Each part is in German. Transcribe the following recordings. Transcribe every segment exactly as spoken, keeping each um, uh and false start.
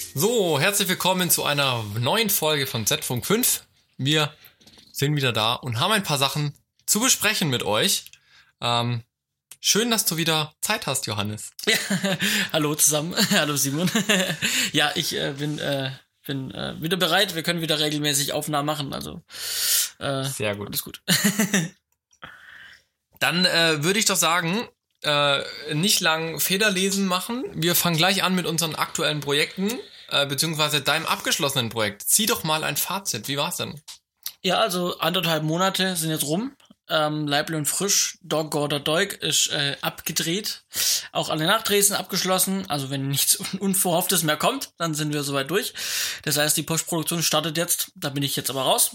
So, herzlich willkommen zu einer neuen Folge von Z-Funk fünf. Wir sind wieder da und haben ein paar Sachen zu besprechen mit euch. Ähm, schön, dass du wieder Zeit hast, Johannes. Ja, hallo zusammen, hallo Simon. Ja, ich äh, bin, äh, bin äh, wieder bereit, wir können wieder regelmäßig Aufnahmen machen, also äh, sehr gut. Alles gut. Dann äh, würde ich doch sagen, äh, nicht lang Federlesen machen. Wir fangen gleich an mit unseren aktuellen Projekten, äh, beziehungsweise deinem abgeschlossenen Projekt. Zieh doch mal ein Fazit, wie war's denn? Ja, also anderthalb Monate sind jetzt rum. Ähm, Leibl und frisch, Dog Gorder Dog ist äh, abgedreht. Auch alle Nachdrehs sind abgeschlossen. Also wenn nichts Unverhofftes mehr kommt, dann sind wir soweit durch. Das heißt, die Postproduktion startet jetzt. Da bin ich jetzt aber raus.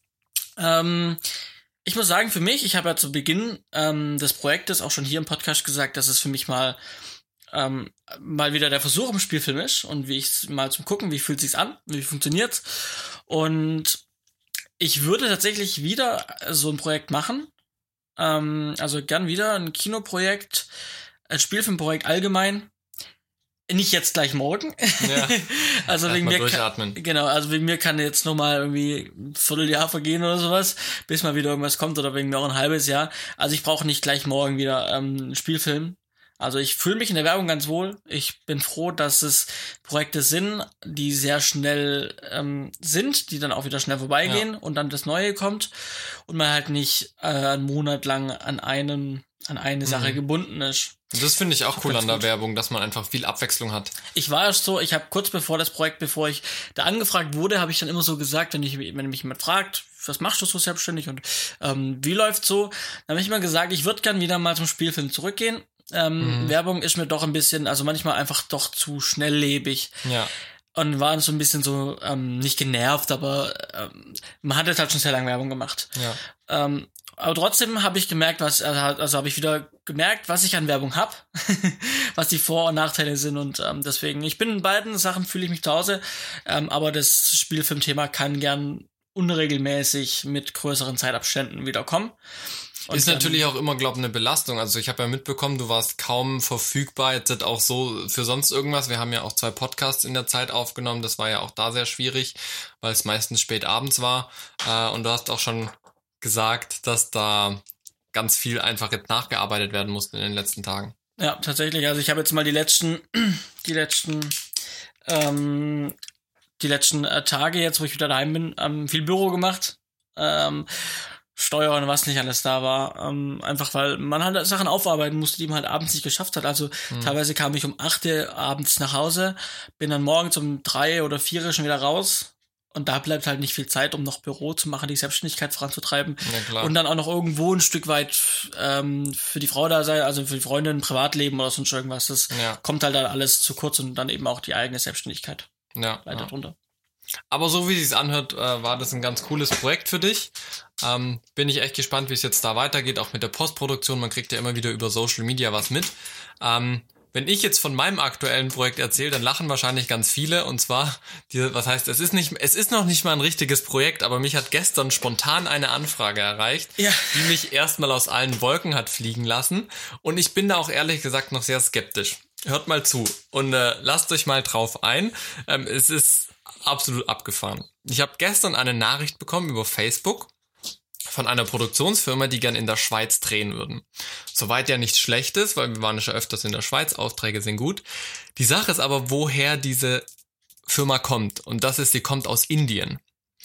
Ähm, ich muss sagen, für mich, ich habe ja zu Beginn ähm, des Projektes auch schon hier im Podcast gesagt, dass es für mich mal ähm, mal wieder der Versuch im Spielfilm ist und wie ich mal zum Gucken, wie fühlt sich's an, wie funktioniert's. Und ich würde tatsächlich wieder so ein Projekt machen. Ähm, also gern wieder ein Kinoprojekt, ein Spielfilmprojekt allgemein. Nicht jetzt gleich morgen. Ja, also wegen mir durchatmen. Kann, genau, also wegen mir kann jetzt noch mal irgendwie ein Vierteljahr vergehen oder sowas, bis mal wieder irgendwas kommt oder wegen mir auch ein halbes Jahr. Also ich brauche nicht gleich morgen wieder ähm, einen Spielfilm. Also ich fühle mich in der Werbung ganz wohl. Ich bin froh, dass es Projekte sind, die sehr schnell ähm, sind, die dann auch wieder schnell vorbeigehen ja. und dann das Neue kommt und man halt nicht äh, einen Monat lang an einen an eine Sache mhm. gebunden ist. Das finde ich auch cool an der gut. Werbung, dass man einfach viel Abwechslung hat. Ich war erst so, ich habe kurz bevor das Projekt, bevor ich da angefragt wurde, habe ich dann immer so gesagt, wenn ich wenn mich jemand fragt, was machst du so selbstständig und ähm, wie läuft's so, dann habe ich immer gesagt, ich würde gern wieder mal zum Spielfilm zurückgehen. Ähm, mhm. Werbung ist mir doch ein bisschen, also manchmal einfach doch zu schnelllebig. Ja. Und waren so ein bisschen so, ähm, nicht genervt, aber ähm, man hat jetzt halt schon sehr lange Werbung gemacht. Ja. Ähm, aber trotzdem habe ich gemerkt, was, also habe ich wieder gemerkt, was ich an Werbung hab, was die Vor- und Nachteile sind und ähm, deswegen, ich bin in beiden Sachen, fühle ich mich zu Hause, ähm, aber das Spielfilmthema kann gern unregelmäßig mit größeren Zeitabständen wiederkommen. Und ist natürlich auch immer, glaube ich, eine Belastung. Also ich habe ja mitbekommen, du warst kaum verfügbar, jetzt auch so für sonst irgendwas. Wir haben ja auch zwei Podcasts in der Zeit aufgenommen. Das war ja auch da sehr schwierig, weil es meistens spät abends war. Äh, und du hast auch schon gesagt, dass da ganz viel einfach jetzt nachgearbeitet werden musste in den letzten Tagen. Ja, tatsächlich. Also ich habe jetzt mal die letzten, die letzten, ähm, die letzten äh, Tage jetzt, wo ich wieder daheim bin, ähm, viel Büro gemacht. Ähm, Steuer und was nicht alles da war. Ähm, einfach weil man halt Sachen aufarbeiten musste, die man halt abends nicht geschafft hat. Also mhm. teilweise kam ich um acht Uhr abends nach Hause, bin dann morgens um drei oder vier schon wieder raus. Und da bleibt halt nicht viel Zeit, um noch Büro zu machen, die Selbstständigkeit voranzutreiben. Ja, klar. Und dann auch noch irgendwo ein Stück weit ähm, für die Frau da sein, also für die Freundin, Privatleben oder sonst irgendwas. Das ja. kommt halt dann alles zu kurz und dann eben auch die eigene Selbstständigkeit. Ja. Weiter ja. drunter. Aber so wie es sich anhört, äh, war das ein ganz cooles Projekt für dich. Ähm, bin ich echt gespannt, wie es jetzt da weitergeht, auch mit der Postproduktion. Man kriegt ja immer wieder über Social Media was mit. Ähm, wenn ich jetzt von meinem aktuellen Projekt erzähle, dann lachen wahrscheinlich ganz viele. Und zwar, die, was heißt, es ist nicht, es ist noch nicht mal ein richtiges Projekt, aber mich hat gestern spontan eine Anfrage erreicht, ja. die mich erstmal aus allen Wolken hat fliegen lassen. Und ich bin da auch ehrlich gesagt noch sehr skeptisch. Hört mal zu und äh, lasst euch mal drauf ein. Ähm, es ist absolut abgefahren. Ich habe gestern eine Nachricht bekommen über Facebook von einer Produktionsfirma, die gern in der Schweiz drehen würden. Soweit ja nichts Schlechtes, weil wir waren ja schon öfters in der Schweiz, Aufträge sind gut. Die Sache ist aber, woher diese Firma kommt. Und das ist, sie kommt aus Indien.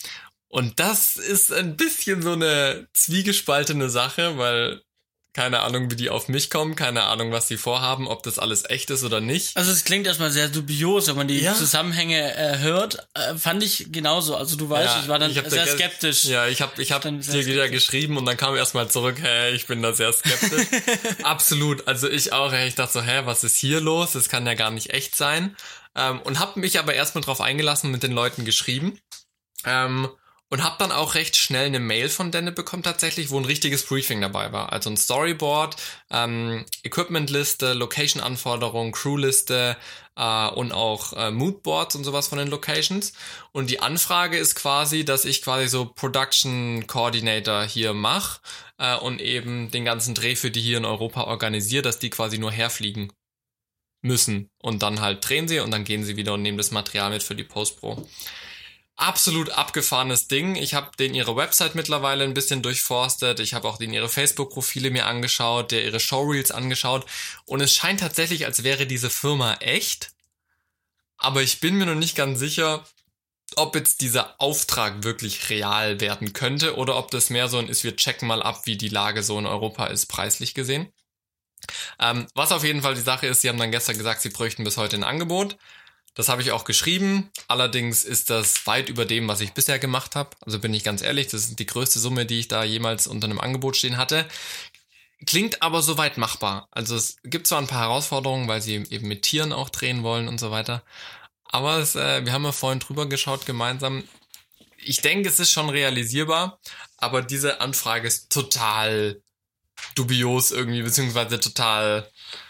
Und das ist ein bisschen so eine zwiegespaltene Sache, weil keine Ahnung, wie die auf mich kommen, keine Ahnung, was sie vorhaben, ob das alles echt ist oder nicht. Also es klingt erstmal sehr dubios, wenn man die ja. Zusammenhänge äh, hört. Äh, fand ich genauso. Also du weißt, ja, ich war dann ich sehr da skeptisch. Ja, ich habe ich hab dir wieder geschrieben und dann kam erstmal zurück, hä, ich bin da sehr skeptisch. Absolut, also ich auch. Ich dachte so, hä, was ist hier los? Das kann ja gar nicht echt sein. Ähm, und habe mich aber erstmal drauf eingelassen, mit den Leuten geschrieben. Ähm, Und hab dann auch recht schnell eine Mail von denen bekommen tatsächlich, wo ein richtiges Briefing dabei war. Also ein Storyboard, ähm, Equipmentliste, Location-Anforderungen, Crewliste äh, und auch äh, Moodboards und sowas von den Locations. Und die Anfrage ist quasi, dass ich quasi so Production Coordinator hier mache äh, und eben den ganzen Dreh für die hier in Europa organisiere, dass die quasi nur herfliegen. müssen. Und dann halt drehen sie und dann gehen sie wieder und nehmen das Material mit für die Post-Pro. Absolut abgefahrenes Ding. Ich habe denen ihre Website mittlerweile ein bisschen durchforstet. Ich habe auch denen ihre Facebook-Profile mir angeschaut, der ihre Showreels angeschaut. Und es scheint tatsächlich, als wäre diese Firma echt. Aber ich bin mir noch nicht ganz sicher, ob jetzt dieser Auftrag wirklich real werden könnte oder ob das mehr so ein ist, wir checken mal ab, wie die Lage so in Europa ist, preislich gesehen. Ähm, was auf jeden Fall die Sache ist, sie haben dann gestern gesagt, sie bräuchten bis heute ein Angebot. Das habe ich auch geschrieben. Allerdings ist das weit über dem, was ich bisher gemacht habe. Also bin ich ganz ehrlich, das ist die größte Summe, die ich da jemals unter einem Angebot stehen hatte. Klingt aber soweit machbar. Also es gibt zwar ein paar Herausforderungen, weil sie eben mit Tieren auch drehen wollen und so weiter. Aber es, äh, wir haben ja vorhin drüber geschaut gemeinsam. Ich denke, es ist schon realisierbar, aber diese Anfrage ist total dubios irgendwie, beziehungsweise total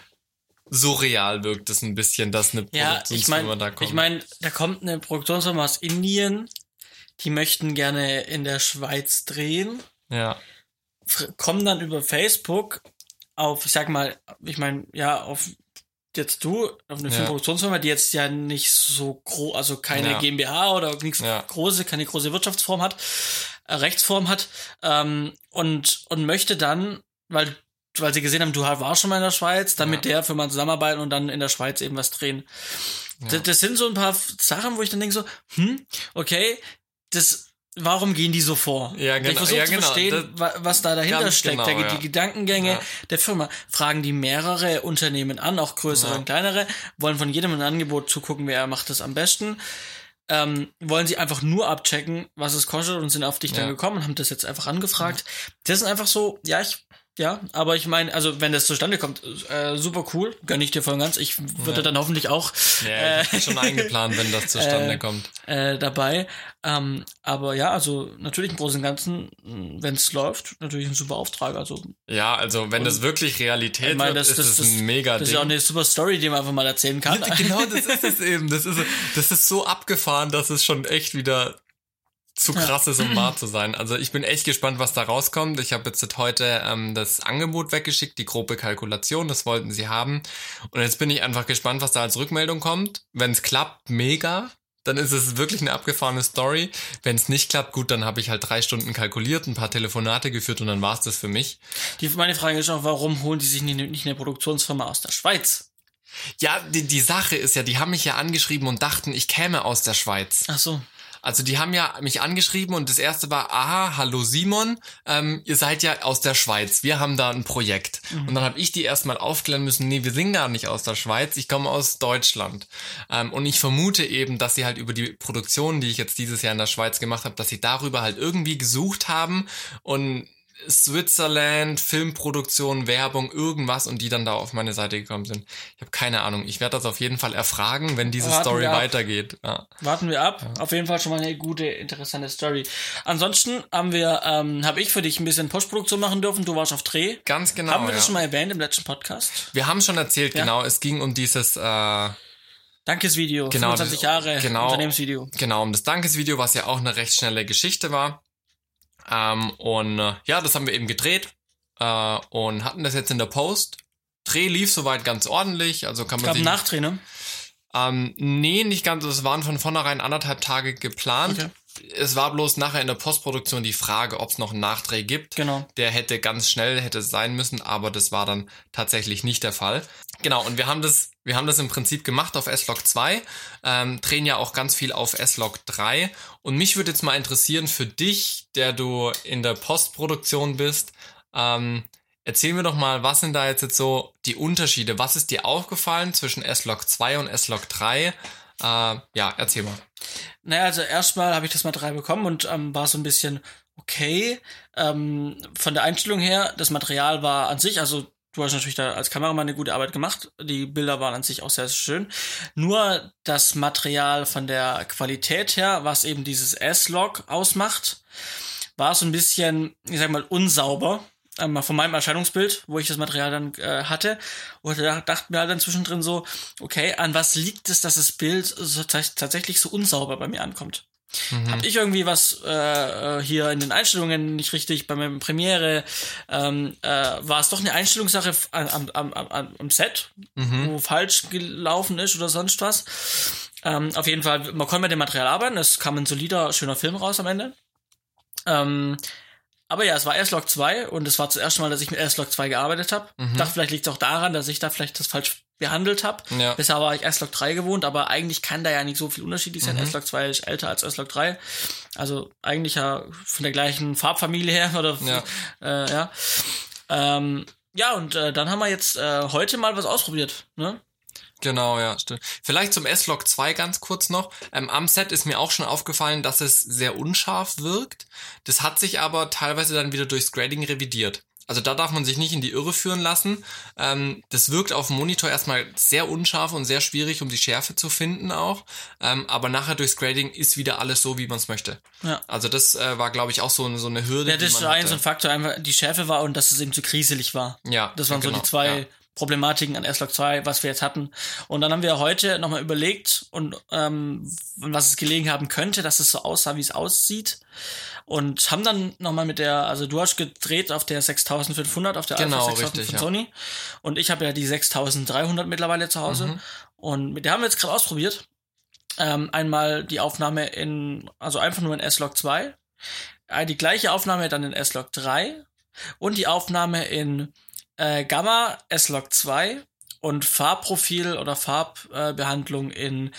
surreal wirkt es ein bisschen, dass eine Ja, Produktionsfirma ich mein, da kommt. Ich meine, da kommt eine Produktionsfirma aus Indien, die möchten gerne in der Schweiz drehen, Ja, f- kommen dann über Facebook auf, ich sag mal, ich meine, ja, auf jetzt du, auf eine Ja. Filmproduktionsfirma, die jetzt ja nicht so groß, also keine Ja. GmbH oder nichts Ja. große, keine große Wirtschaftsform hat, äh, Rechtsform hat, ähm, und, und möchte dann, weil weil sie gesehen haben, du warst schon mal in der Schweiz, dann Ja. mit der Firma zusammenarbeiten und dann in der Schweiz eben was drehen. Ja. Das, das sind so ein paar Sachen, wo ich dann denke so, hm, okay, das, warum gehen die so vor? Ja, genau, Ich versuche ja, zu genau, verstehen, wa- was da dahinter ganz steckt, genau, der, ja. die Gedankengänge Ja. der Firma. Fragen die mehrere Unternehmen an, auch größere Ja. und kleinere, wollen von jedem ein Angebot zugucken, wer macht das am besten. Ähm, wollen sie einfach nur abchecken, was es kostet und sind auf dich dann Ja. gekommen und haben das jetzt einfach angefragt. Das sind einfach so, ja, ich ja, aber ich meine, also wenn das zustande kommt, äh, super cool, gönn ich dir voll und ganz. Ich würde Ja. dann hoffentlich auch ja ich habe schon eingeplant, wenn das zustande äh, kommt. äh, dabei. Ähm, aber ja, also natürlich im Großen und Ganzen, wenn es läuft, natürlich ein super Auftrag. Also Ja, also wenn das wirklich Realität ich meine, das, wird, das, ist das, das ein mega das ist Ding. ja auch eine super Story, die man einfach mal erzählen kann. Ja, genau, das ist es eben. Das ist, das ist so abgefahren, dass es schon echt wieder zu krass ist, um wahr zu sein. Also ich bin echt gespannt, was da rauskommt. Ich habe jetzt heute ähm, das Angebot weggeschickt, die grobe Kalkulation, das wollten sie haben. Und jetzt bin ich einfach gespannt, was da als Rückmeldung kommt. Wenn es klappt, mega. Dann ist es wirklich eine abgefahrene Story. Wenn es nicht klappt, gut, dann habe ich halt drei Stunden kalkuliert, ein paar Telefonate geführt und dann war es das für mich. Die, meine Frage ist auch, warum holen die sich nicht, nicht eine Produktionsfirma aus der Schweiz? Ja, die, die Sache ist ja, die haben mich ja angeschrieben und dachten, ich käme aus der Schweiz. Ach so. Also die haben ja mich angeschrieben und das erste war, aha, hallo Simon, ähm, ihr seid ja aus der Schweiz, wir haben da ein Projekt. Mhm. Und dann habe ich die erstmal aufklären müssen, nee, wir sind gar nicht aus der Schweiz, ich komme aus Deutschland. Ähm, und ich vermute eben, dass sie halt über die Produktion, die ich jetzt dieses Jahr in der Schweiz gemacht habe, dass sie darüber halt irgendwie gesucht haben und Switzerland, Filmproduktion, Werbung, irgendwas und die dann da auf meine Seite gekommen sind. Ich habe keine Ahnung. Ich werde das auf jeden Fall erfragen, wenn diese Warten Story wir ab. weitergeht. Ja. Warten wir ab. Ja. Auf jeden Fall schon mal eine gute, interessante Story. Ansonsten haben wir, ähm, habe ich für dich ein bisschen Postproduktion machen dürfen. Du warst auf Dreh. Ganz genau. Haben wir das ja. schon mal erwähnt im letzten Podcast? Wir haben schon erzählt, Ja. genau. Es ging um dieses äh, Dankesvideo, Genau, fünfundzwanzig das- Jahre genau. Unternehmensvideo. Genau, um das Dankesvideo, was ja auch eine recht schnelle Geschichte war. Ähm, und äh, ja, das haben wir eben gedreht äh, und hatten das jetzt in der Post. Dreh lief soweit ganz ordentlich, also kann Ich man glaube, sich... Nachdreh, ne? Ähm, nee, nicht ganz. Es waren von vornherein anderthalb Tage geplant. Okay. Es war bloß nachher in der Postproduktion die Frage, ob es noch einen Nachdreh gibt. Genau. Der hätte ganz schnell, hätte es sein müssen, aber das war dann tatsächlich nicht der Fall. Genau, und wir haben das, wir haben das im Prinzip gemacht auf S-Log zwei, ähm, drehen ja auch ganz viel auf S-Log drei. Und mich würde jetzt mal interessieren, für dich, der du in der Postproduktion bist, ähm, erzähl mir doch mal, was sind da jetzt, jetzt so die Unterschiede? Was ist dir aufgefallen zwischen S-Log zwei und S-Log drei? Äh, ja, erzähl mal. Naja, also erstmal habe ich das Material bekommen und ähm, war so ein bisschen okay. Ähm, von der Einstellung her, das Material war an sich, also du hast natürlich da als Kameramann eine gute Arbeit gemacht. Die Bilder waren an sich auch sehr, sehr schön. Nur das Material von der Qualität her, was eben dieses S-Log ausmacht, war so ein bisschen, ich sag mal, unsauber. Ähm, von meinem Erscheinungsbild, wo ich das Material dann äh, hatte. Und da dachte mir halt dann zwischendrin so, okay, an was liegt es, dass das Bild so t- tatsächlich so unsauber bei mir ankommt? Mhm. Habe ich irgendwie was äh, hier in den Einstellungen nicht richtig, bei meinem Premiere ähm, äh, war es doch eine Einstellungssache am, am, am, am Set, mhm. wo falsch gelaufen ist oder sonst was. Ähm, auf jeden Fall, man konnte mit dem Material arbeiten, es kam ein solider, schöner Film raus am Ende. Ähm, aber ja, es war S-Log zwei und es war das erste Mal, dass ich mit S-Log zwei gearbeitet habe. Mhm. Dachte, vielleicht liegt es auch daran, dass ich da vielleicht das falsch behandelt habe. Ja. Bisher war ich S-Log drei gewohnt, aber eigentlich kann da ja nicht so viel unterschiedlich sein. Mhm. S-Log zwei ist älter als S-Log drei. Also eigentlich ja von der gleichen Farbfamilie her. Oder ja. Äh, ja. Ähm, ja, und äh, dann haben wir jetzt äh, heute mal was ausprobiert, ne? Genau, ja, stimmt. Vielleicht zum S-Log zwei ganz kurz noch. Ähm, am Set ist mir auch schon aufgefallen, dass es sehr unscharf wirkt. Das hat sich aber teilweise dann wieder durchs Grading revidiert. Also da darf man sich nicht in die Irre führen lassen. Ähm, das wirkt auf dem Monitor erstmal sehr unscharf und sehr schwierig, um die Schärfe zu finden auch. Ähm, aber nachher durchs Grading ist wieder alles so, wie man es möchte. Ja. Also das äh, war, glaube ich, auch so, so eine Hürde. Ja, das war ein so ein Faktor, einfach die Schärfe war und dass es eben zu kriselig war. Ja. Das waren genau, so die zwei ja. Problematiken an S-Log zwei, was wir jetzt hatten. Und dann haben wir heute nochmal überlegt und ähm, was es gelegen haben könnte, dass es so aussah, wie es aussieht. Und haben dann nochmal mit der, also du hast gedreht auf der sechstausendfünfhundert, auf der genau, Alpha sechstausend richtig, von Sony. Ja. Und ich habe ja die sechstausenddreihundert mittlerweile zu Hause. Mhm. Und mit der haben wir jetzt gerade ausprobiert. Ähm, einmal die Aufnahme in, also einfach nur in S-Log zwei. Äh, die gleiche Aufnahme dann in S-Log drei. Und die Aufnahme in äh, Gamma, S-Log zwei und Farbprofil oder Farbbehandlung äh, in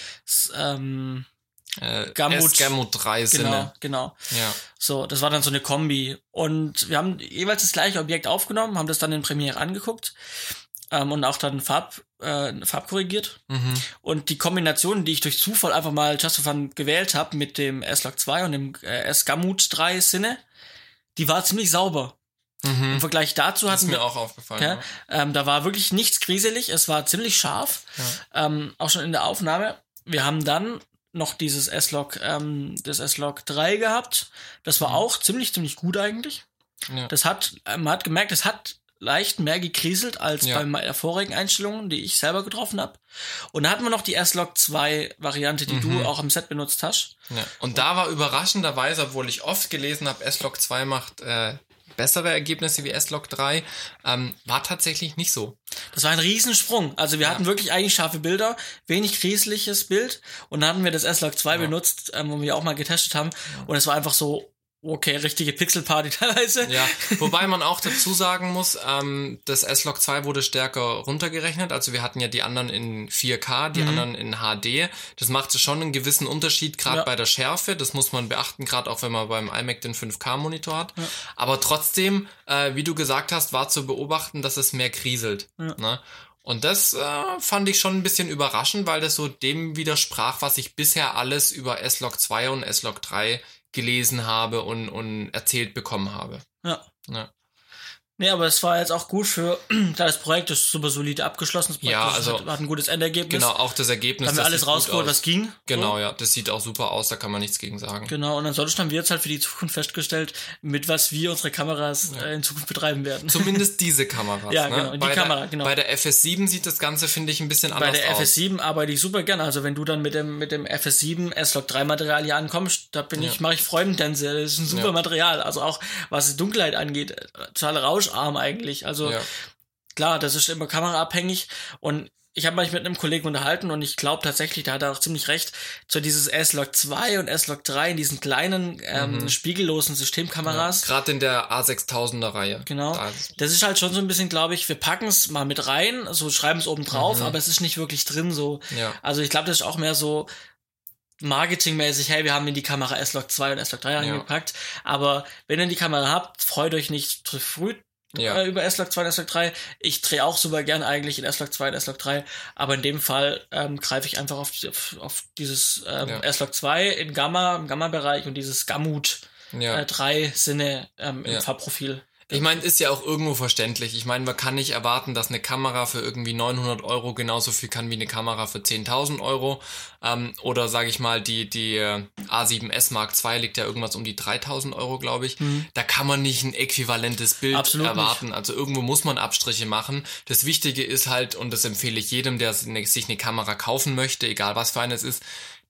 ähm, äh, Gamut, Gamut drei Sinne. Genau, genau. Ja. So, das war dann so eine Kombi. Und wir haben jeweils das gleiche Objekt aufgenommen, haben das dann in Premiere angeguckt ähm, und auch dann Farb, äh, Farb korrigiert. Mhm. Und die Kombination, die ich durch Zufall einfach mal just for fun gewählt habe mit dem S-Log zwei und dem äh, S-Gamut drei Sinne, die war ziemlich sauber. Mhm. Im Vergleich dazu hatten wir... Das ist mir auch aufgefallen. Ja, ja. Ähm, da war wirklich nichts kriselig, es war ziemlich scharf, ja. ähm, auch schon in der Aufnahme. Wir haben dann noch dieses S-Log, ähm, das S-Log drei gehabt. Das war mhm. auch ziemlich, ziemlich gut eigentlich. Ja. Das hat, man hat gemerkt, es hat leicht mehr gekriselt als ja. bei der vorigen Einstellungen, die ich selber getroffen habe. Und da hatten wir noch die S-Log zwei Variante, die mhm. du auch am Set benutzt hast. Ja. Und da war überraschenderweise, obwohl ich oft gelesen habe, S-Log zwei macht äh, bessere Ergebnisse wie S-Log drei, ähm, war tatsächlich nicht so. Das war ein Riesensprung. Also wir ja. hatten wirklich eigentlich scharfe Bilder, wenig kriseliges Bild und dann hatten wir das S-Log zwei ja. benutzt, ähm, wo wir auch mal getestet haben ja. und es war einfach so, okay, richtige Pixelparty teilweise. Ja, wobei man auch dazu sagen muss, ähm, das S-Log zwei wurde stärker runtergerechnet. Also wir hatten ja die anderen in vier K, die mhm. anderen in H D. Das macht schon einen gewissen Unterschied, gerade ja. bei der Schärfe. Das muss man beachten, gerade auch wenn man beim iMac den fünf K Monitor hat. Ja. Aber trotzdem, äh, wie du gesagt hast, war zu beobachten, dass es mehr kriselt. Ja. Ne? Und das äh, fand ich schon ein bisschen überraschend, weil das so dem widersprach, was ich bisher alles über S-Log zwei und S-Log drei gelesen habe und, und erzählt bekommen habe. Ja. ja. Nee, aber es war jetzt auch gut für, da das Projekt ist super solide abgeschlossen. Das Projekt ja, also, hat, hat ein gutes Endergebnis. Genau, auch das Ergebnis. Da haben wir alles rausgeholt, was ging. Genau, so. Ja, das sieht auch super aus, da kann man nichts gegen sagen. Genau, und ansonsten haben wir jetzt halt für die Zukunft festgestellt, mit was wir unsere Kameras ja. äh, in Zukunft betreiben werden. Zumindest diese Kameras. Ja, ne? genau, die bei Kamera, der, genau. Bei der F S sieben sieht das Ganze, finde ich, ein bisschen anders aus. Bei der aus. F S sieben arbeite ich super gerne. Also wenn du dann mit dem mit dem F S sieben S-Log drei Material hier ankommst, da bin ja. ich, mache ich Freudentänze. Das ist ein super ja. Material. Also auch was die Dunkelheit angeht, total rauscharm eigentlich. Also ja. klar, das ist immer kameraabhängig und ich habe mich mit einem Kollegen unterhalten und ich glaube tatsächlich, da hat er auch ziemlich recht, so dieses S-Log zwei und S-Log drei in diesen kleinen, ähm, mhm. spiegellosen Systemkameras. Ja, gerade in der A sechstausender Reihe. Genau. Das ist halt schon so ein bisschen, glaube ich, wir packen es mal mit rein, so schreiben es oben drauf, mhm. aber es ist nicht wirklich drin so. Ja. Also ich glaube, das ist auch mehr so marketingmäßig, hey, wir haben in die Kamera S-Log zwei und S-Log drei reingepackt, ja. aber wenn ihr die Kamera habt, freut euch nicht zu früh Ja. Äh, über S-Log zwei und S-Log drei. Ich drehe auch super gern eigentlich in S-Log zwei und S-Log drei, aber in dem Fall ähm, greife ich einfach auf, auf, auf dieses ähm, ja. S-Log zwei in Gamma, im Gamma-Bereich und dieses Gamut ja. äh, drei Sinne ähm, im ja. Farbprofil. Ich meine, ist ja auch irgendwo verständlich. Ich meine, man kann nicht erwarten, dass eine Kamera für irgendwie neunhundert Euro genauso viel kann wie eine Kamera für zehntausend Euro. Ähm, oder sage ich mal, die die äh, A sieben S Mark zwei liegt ja irgendwas um die dreitausend Euro, glaube ich. Mhm. Da kann man nicht ein äquivalentes Bild Absolut erwarten. Nicht. Also irgendwo muss man Abstriche machen. Das Wichtige ist halt, und das empfehle ich jedem, der sich eine Kamera kaufen möchte, egal was für eine es ist,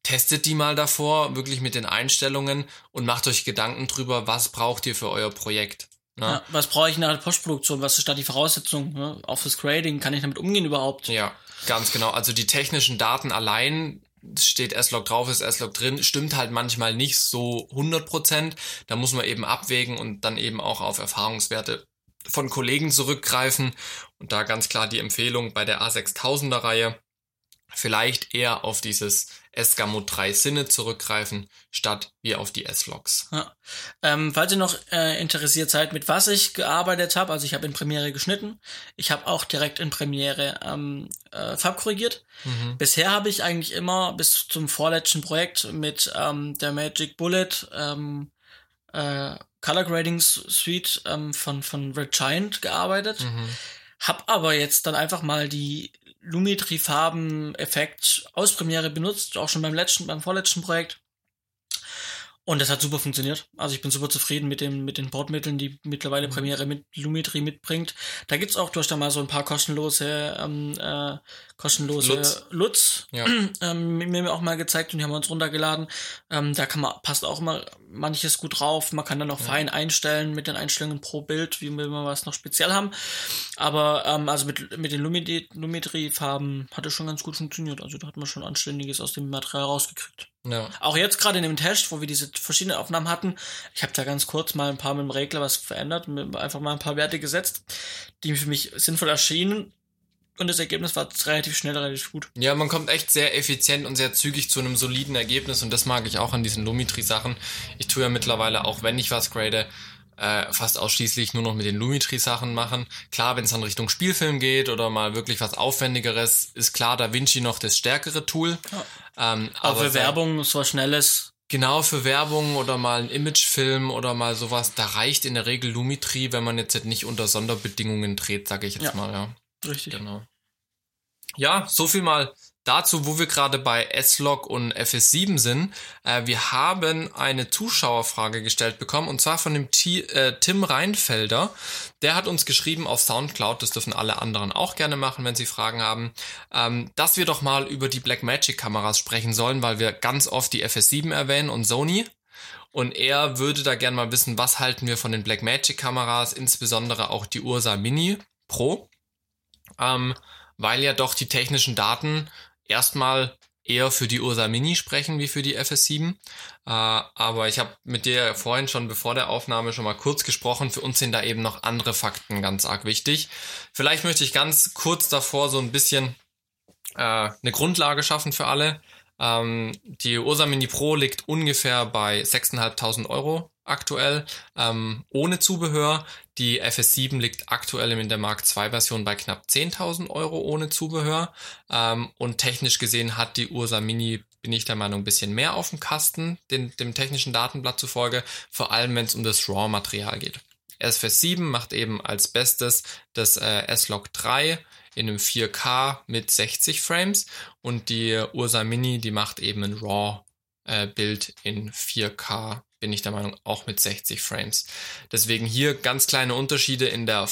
testet die mal davor, wirklich mit den Einstellungen und macht euch Gedanken drüber, was braucht ihr für euer Projekt. Ne? Ja, was brauche ich nach der Postproduktion? Was ist da die Voraussetzung? Ne? Auch fürs Grading, kann ich damit umgehen überhaupt? Ja, ganz genau. Also die technischen Daten allein, steht S-Log drauf, ist S-Log drin, stimmt halt manchmal nicht so hundert Prozent. Da muss man eben abwägen und dann eben auch auf Erfahrungswerte von Kollegen zurückgreifen. Und da ganz klar die Empfehlung bei der A sechstausender Reihe, vielleicht eher auf dieses S-Gamut drei Sinne zurückgreifen, statt wie auf die S-Logs. Ja. Ähm, falls ihr noch äh, interessiert seid, mit was ich gearbeitet habe, also ich habe in Premiere geschnitten, ich habe auch direkt in Premiere ähm, äh, farbkorrigiert. Mhm. Bisher habe ich eigentlich immer bis zum vorletzten Projekt mit ähm, der Magic Bullet ähm, äh, Color Grading Suite ähm, von, von Red Giant gearbeitet. Mhm. Hab aber jetzt dann einfach mal die Lumetri-Farben-Effekt aus Premiere benutzt, auch schon beim letzten, beim vorletzten Projekt. Und das hat super funktioniert. Also ich bin super zufrieden mit dem, mit den Bordmitteln, die mittlerweile mhm. Premiere mit Lumetri mitbringt. Da gibt's auch durch da mal so ein paar kostenlose, ähm, äh, kostenlose Lutz, Lutz ja. ähm, mir auch mal gezeigt und die haben wir uns runtergeladen. Ähm, da kann man, passt auch immer manches gut drauf. Man kann dann auch ja. fein einstellen mit den Einstellungen pro Bild, wie wir was noch speziell haben. Aber, ähm, also mit, mit den Lumetri-Farben hat es schon ganz gut funktioniert. Also da hat man schon Anständiges aus dem Material rausgekriegt. Ja. Auch jetzt gerade in dem Test, wo wir diese verschiedenen Aufnahmen hatten, ich habe da ganz kurz mal ein paar mit dem Regler was verändert, einfach mal ein paar Werte gesetzt, die für mich sinnvoll erschienen und das Ergebnis war relativ schnell, relativ gut. Ja, man kommt echt sehr effizient und sehr zügig zu einem soliden Ergebnis und das mag ich auch an diesen Lumetri-Sachen. Ich tue ja mittlerweile, auch wenn ich was grade, äh, fast ausschließlich nur noch mit den Lumetri-Sachen machen. Klar, wenn es dann Richtung Spielfilm geht oder mal wirklich was Aufwendigeres, ist klar DaVinci noch das stärkere Tool. Ja. Ähm, aber, aber für sehr, Werbung, so was Schnelles. Genau, für Werbung oder mal ein Imagefilm oder mal sowas, da reicht in der Regel Lumetri, wenn man jetzt nicht unter Sonderbedingungen dreht, sage ich jetzt ja. mal, ja. Richtig. Genau. Ja, so viel mal dazu, wo wir gerade bei S-Log und F S sieben sind. Äh, wir haben eine Zuschauerfrage gestellt bekommen und zwar von dem T- äh, Tim Reinfelder. Der hat uns geschrieben auf Soundcloud, das dürfen alle anderen auch gerne machen, wenn sie Fragen haben, ähm, dass wir doch mal über die Blackmagic-Kameras sprechen sollen, weil wir ganz oft die F S sieben erwähnen und Sony. Und er würde da gerne mal wissen, was halten wir von den Blackmagic-Kameras, insbesondere auch die Ursa Mini Pro. Ähm, weil ja doch die technischen Daten erstmal eher für die Ursa Mini sprechen wie für die F S sieben. Äh, aber ich habe mit dir vorhin schon bevor der Aufnahme schon mal kurz gesprochen. Für uns sind da eben noch andere Fakten ganz arg wichtig. Vielleicht möchte ich ganz kurz davor so ein bisschen äh, eine Grundlage schaffen für alle. Ähm, die Ursa Mini Pro liegt ungefähr bei sechstausendfünfhundert Euro aktuell, ähm, ohne Zubehör. Die F S sieben liegt aktuell in der Mark zwei Version bei knapp zehntausend Euro ohne Zubehör. Ähm, und technisch gesehen hat die Ursa Mini, bin ich der Meinung, ein bisschen mehr auf dem Kasten, den, dem technischen Datenblatt zufolge, vor allem wenn es um das RAW-Material geht. F S sieben macht eben als Bestes das äh, S-Log drei in einem vier K mit sechzig Frames und die Ursa Mini, die macht eben ein RAW-Bild äh, in vier K, bin ich der Meinung, auch mit sechzig Frames. Deswegen hier ganz kleine Unterschiede in der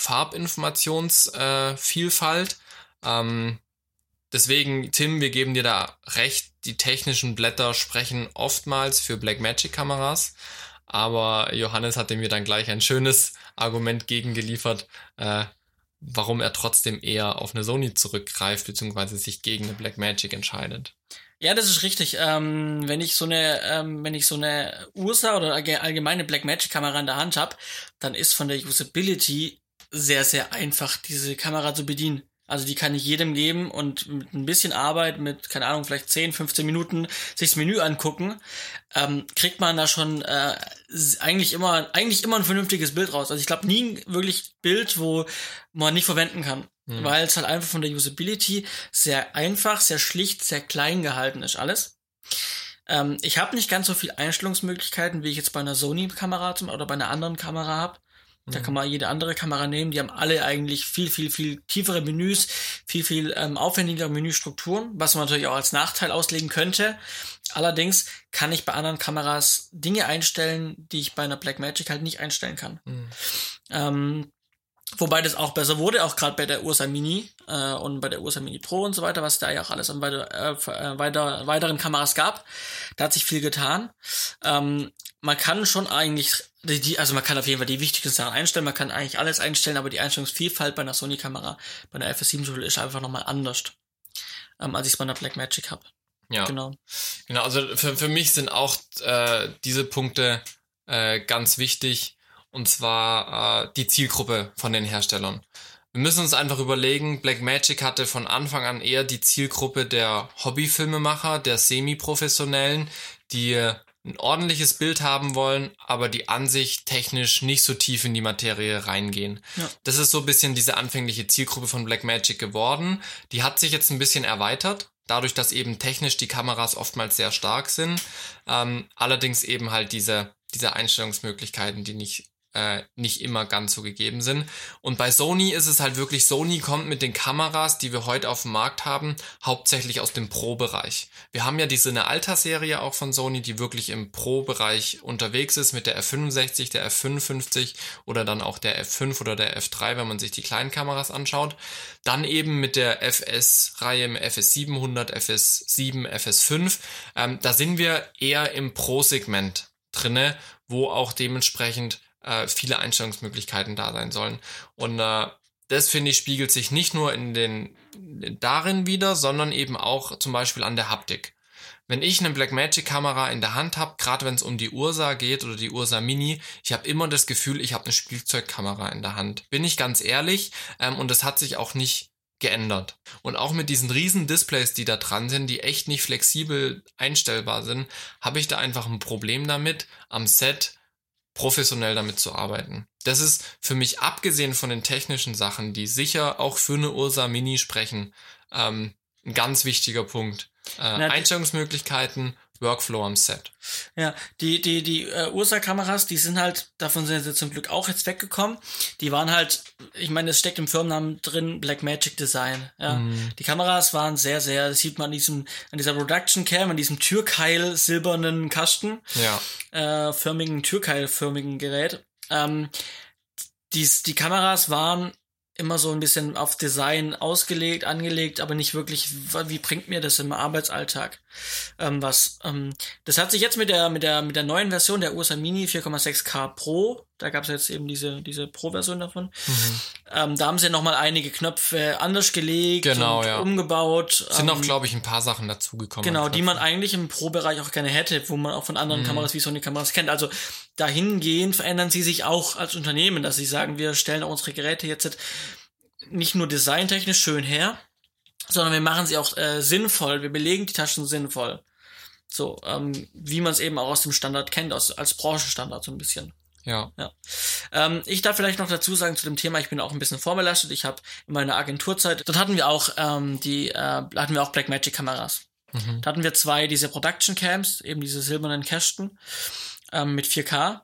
Farbinformationsvielfalt. Äh, ähm, deswegen, Tim, wir geben dir da recht, die technischen Blätter sprechen oftmals für Blackmagic-Kameras, aber Johannes hat mir dann gleich ein schönes Argument gegengeliefert, äh, warum er trotzdem eher auf eine Sony zurückgreift, beziehungsweise sich gegen eine Blackmagic entscheidet. Ja, das ist richtig. Ähm, wenn ich so eine, ähm, wenn ich so eine Ursa oder allgemeine Blackmagic-Kamera in der Hand habe, dann ist von der Usability sehr, sehr einfach, diese Kamera zu bedienen. Also die kann ich jedem geben und mit ein bisschen Arbeit, mit, keine Ahnung, vielleicht zehn, fünfzehn Minuten sich das Menü angucken, ähm, kriegt man da schon äh, eigentlich immer eigentlich immer ein vernünftiges Bild raus. Also ich glaube nie ein wirklich Bild, wo man nicht verwenden kann. Mhm. Weil es halt einfach von der Usability sehr einfach, sehr schlicht, sehr klein gehalten ist alles. Ähm, ich habe nicht ganz so viel Einstellungsmöglichkeiten, wie ich jetzt bei einer Sony-Kamera oder bei einer anderen Kamera habe. Da kann man jede andere Kamera nehmen. Die haben alle eigentlich viel, viel, viel tiefere Menüs, viel, viel ähm, aufwendigere Menüstrukturen, was man natürlich auch als Nachteil auslegen könnte. Allerdings kann ich bei anderen Kameras Dinge einstellen, die ich bei einer Blackmagic halt nicht einstellen kann. Mhm. Ähm, Wobei das auch besser wurde, auch gerade bei der Ursa Mini äh, und bei der Ursa Mini Pro und so weiter, was da ja auch alles an weiter, äh, weiter, weiteren Kameras gab. Da hat sich viel getan. Ähm, man kann schon eigentlich, die, also man kann auf jeden Fall die wichtigsten Sachen einstellen, man kann eigentlich alles einstellen, aber die Einstellungsvielfalt bei einer Sony-Kamera, bei einer F S sieben ist einfach nochmal anders, ähm, als ich es bei einer Blackmagic habe. Ja, genau. Genau, also für, für mich sind auch äh, diese Punkte äh, ganz wichtig. Und zwar äh, die Zielgruppe von den Herstellern. Wir müssen uns einfach überlegen, Blackmagic hatte von Anfang an eher die Zielgruppe der Hobbyfilmemacher, der Semi-Professionellen, die ein ordentliches Bild haben wollen, aber die an sich technisch nicht so tief in die Materie reingehen. Ja. Das ist so ein bisschen diese anfängliche Zielgruppe von Blackmagic geworden. Die hat sich jetzt ein bisschen erweitert, dadurch, dass eben technisch die Kameras oftmals sehr stark sind. Ähm, allerdings eben halt diese, diese Einstellungsmöglichkeiten, die nicht Äh, nicht immer ganz so gegeben sind. Und bei Sony ist es halt wirklich, Sony kommt mit den Kameras, die wir heute auf dem Markt haben, hauptsächlich aus dem Pro-Bereich. Wir haben ja diese eine Alta-Serie auch von Sony, die wirklich im Pro-Bereich unterwegs ist, mit der F fünfundsechzig, der F fünfundfünfzig oder dann auch der F fünf oder der F drei, wenn man sich die kleinen Kameras anschaut. Dann eben mit der F S-Reihe, im F S siebenhundert, F S sieben, F S fünf. Ähm, da sind wir eher im Pro-Segment drinne, wo auch dementsprechend viele Einstellungsmöglichkeiten da sein sollen. Und äh, das, finde ich, spiegelt sich nicht nur in den darin wieder, sondern eben auch zum Beispiel an der Haptik. Wenn ich eine Blackmagic-Kamera in der Hand habe, gerade wenn es um die Ursa geht oder die Ursa Mini, ich habe immer das Gefühl, ich habe eine Spielzeugkamera in der Hand. Bin ich ganz ehrlich, ähm, und das hat sich auch nicht geändert. Und auch mit diesen riesen Displays, die da dran sind, die echt nicht flexibel einstellbar sind, habe ich da einfach ein Problem damit, am Set professionell damit zu arbeiten. Das ist für mich, abgesehen von den technischen Sachen, die sicher auch für eine Ursa Mini sprechen, ähm, ein ganz wichtiger Punkt. Äh, Na, Einstellungsmöglichkeiten, Workflow am Set. Ja, die die die äh, Ursa-Kameras, die sind halt, davon sind sie zum Glück auch jetzt weggekommen. Die waren halt, ich meine, es steckt im Firmennamen drin, Blackmagic Design. Ja, mm. Die Kameras waren sehr, sehr, das sieht man an diesem, an dieser Production Cam, an diesem Türkeil silbernen Kasten, ja, äh, förmigen Türkeil-förmigen Gerät. Ähm, die die Kameras waren immer so ein bisschen auf Design ausgelegt, angelegt, aber nicht wirklich, wie bringt mir das im Arbeitsalltag ähm, was. Ähm, das hat sich jetzt mit der mit der mit der neuen Version der Ursa Mini vier Komma sechs K Pro, da gab es jetzt eben diese diese Pro-Version davon, mhm. ähm, da haben sie nochmal einige Knöpfe anders gelegt, genau, und ja. umgebaut. Sind ähm, auch, glaube ich, ein paar Sachen dazugekommen. Genau, die man eigentlich im Pro-Bereich auch gerne hätte, wo man auch von anderen mhm. Kameras wie Sony-Kameras kennt. Also dahingehend verändern sie sich auch als Unternehmen, dass sie sagen, wir stellen auch unsere Geräte jetzt nicht nur designtechnisch schön her, sondern wir machen sie auch äh, sinnvoll, wir belegen die Taschen sinnvoll. So, ähm, wie man es eben auch aus dem Standard kennt, aus, als Branchenstandard so ein bisschen. Ja. ja. Ähm, ich darf vielleicht noch dazu sagen zu dem Thema, ich bin auch ein bisschen vorbelastet. Ich habe in meiner Agenturzeit, dort hatten wir auch ähm, die, äh, hatten wir auch Blackmagic-Kameras. Mhm. Da hatten wir zwei, diese Production Cams, eben diese silbernen Kästen ähm, mit vier K.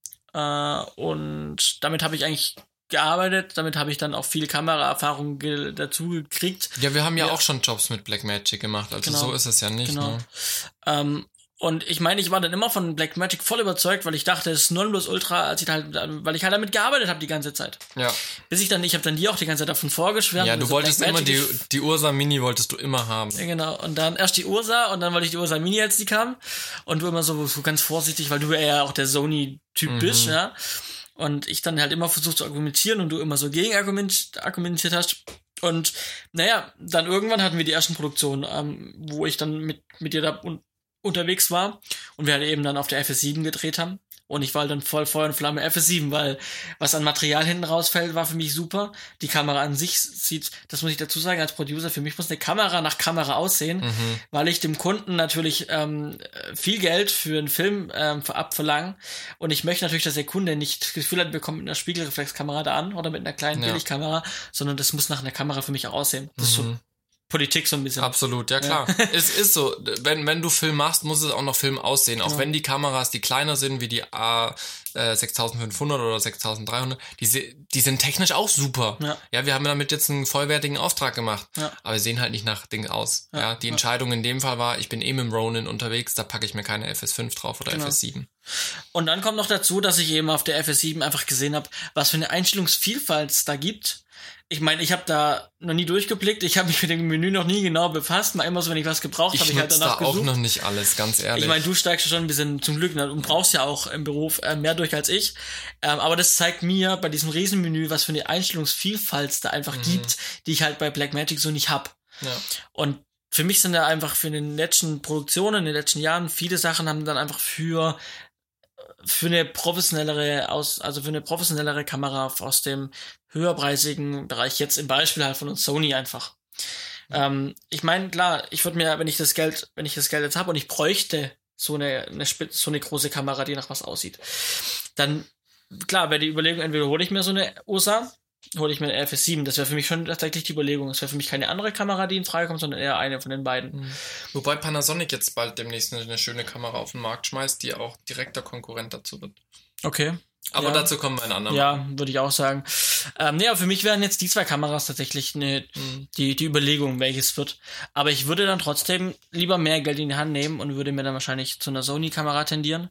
Äh, und damit habe ich eigentlich gearbeitet, damit habe ich dann auch viel Kameraerfahrung ge- dazu gekriegt. Ja, wir haben ja, ja, auch schon Jobs mit Blackmagic gemacht, also genau. so ist es ja nicht. Genau. Ne? Ähm, und ich meine, ich war dann immer von Blackmagic voll überzeugt, weil ich dachte, es ist Nonplusultra, als ich halt, weil ich halt damit gearbeitet habe die ganze Zeit. Ja. Bis ich dann, ich habe dann dir auch die ganze Zeit davon vorgeschwärmt. Ja, du so wolltest immer die, die Ursa Mini wolltest du immer haben. Ja, genau. Und dann erst die Ursa und dann wollte ich die Ursa Mini, als die kam. Und du immer so, so ganz vorsichtig, weil du ja auch der Sony-Typ mhm. bist, ja. Und ich dann halt immer versucht zu argumentieren und du immer so gegen argumentiert hast. Und naja, dann irgendwann hatten wir die ersten Produktionen, ähm, wo ich dann mit, mit dir da un- unterwegs war und wir halt eben dann auf der F S sieben gedreht haben. Und ich war halt dann voll Feuer und Flamme F S sieben, weil was an Material hinten rausfällt, war für mich super. Die Kamera an sich sieht, das muss ich dazu sagen, als Producer, für mich muss eine Kamera nach Kamera aussehen, mhm. weil ich dem Kunden natürlich ähm, viel Geld für einen Film ähm, abverlange. Und ich möchte natürlich, dass der Kunde nicht das Gefühl hat, wir kommen mit einer Spiegelreflexkamera da an oder mit einer kleinen ja. Billigkamera, sondern das muss nach einer Kamera für mich auch aussehen. Das mhm. ist so Politik so ein bisschen. Absolut, ja klar. Ja. Es ist so, wenn, wenn du Film machst, muss es auch noch Film aussehen. Auch ja. wenn die Kameras, die kleiner sind, wie die A sechstausendfünfhundert oder sechstausenddreihundert, die, die sind technisch auch super. Ja. ja, wir haben damit jetzt einen vollwertigen Auftrag gemacht. Ja. Aber wir sehen halt nicht nach Ding aus. Ja, ja die ja. Entscheidung in dem Fall war, ich bin eh mit dem Ronin unterwegs, da packe ich mir keine F S fünf drauf oder genau. F S sieben. Und dann kommt noch dazu, dass ich eben auf der F S sieben einfach gesehen habe, was für eine Einstellungsvielfalt es da gibt. Ich meine, ich habe da noch nie durchgeblickt, ich habe mich mit dem Menü noch nie genau befasst, mal immer so, wenn ich was gebraucht habe, ich halt danach da gesucht. auch noch nicht alles, ganz ehrlich. Ich meine, du steigst schon ein bisschen zum Glück und brauchst ja auch im Beruf mehr durch als ich, ähm, aber das zeigt mir bei diesem Riesenmenü, was für eine Einstellungsvielfalt es da einfach mhm. gibt, die ich halt bei Blackmagic so nicht hab. Ja. Und für mich sind da einfach für den letzten Produktionen, in den letzten Jahren, viele Sachen haben dann einfach für für eine professionellere aus, also für eine professionellere Kamera aus dem höherpreisigen Bereich, jetzt im Beispiel halt von uns Sony einfach. Mhm. Ähm, ich meine, klar, ich würde mir, wenn ich das Geld, wenn ich das Geld jetzt habe und ich bräuchte so eine, eine so eine große Kamera, die nach was aussieht, dann, klar, wäre die Überlegung, entweder hole ich mir so eine O S A, hole ich mir eine F S sieben. Das wäre für mich schon tatsächlich die Überlegung. Das wäre für mich keine andere Kamera, die in Frage kommt, sondern eher eine von den beiden. Mhm. Wobei Panasonic jetzt bald demnächst eine, eine schöne Kamera auf den Markt schmeißt, die auch direkter Konkurrent dazu wird. Okay. Aber ja. dazu kommen wir in anderen. Ja, würde ich auch sagen. Ähm, nee, aber für mich wären jetzt die zwei Kameras tatsächlich eine, mhm. die, die Überlegung, welches wird. Aber ich würde dann trotzdem lieber mehr Geld in die Hand nehmen und würde mir dann wahrscheinlich zu einer Sony-Kamera tendieren.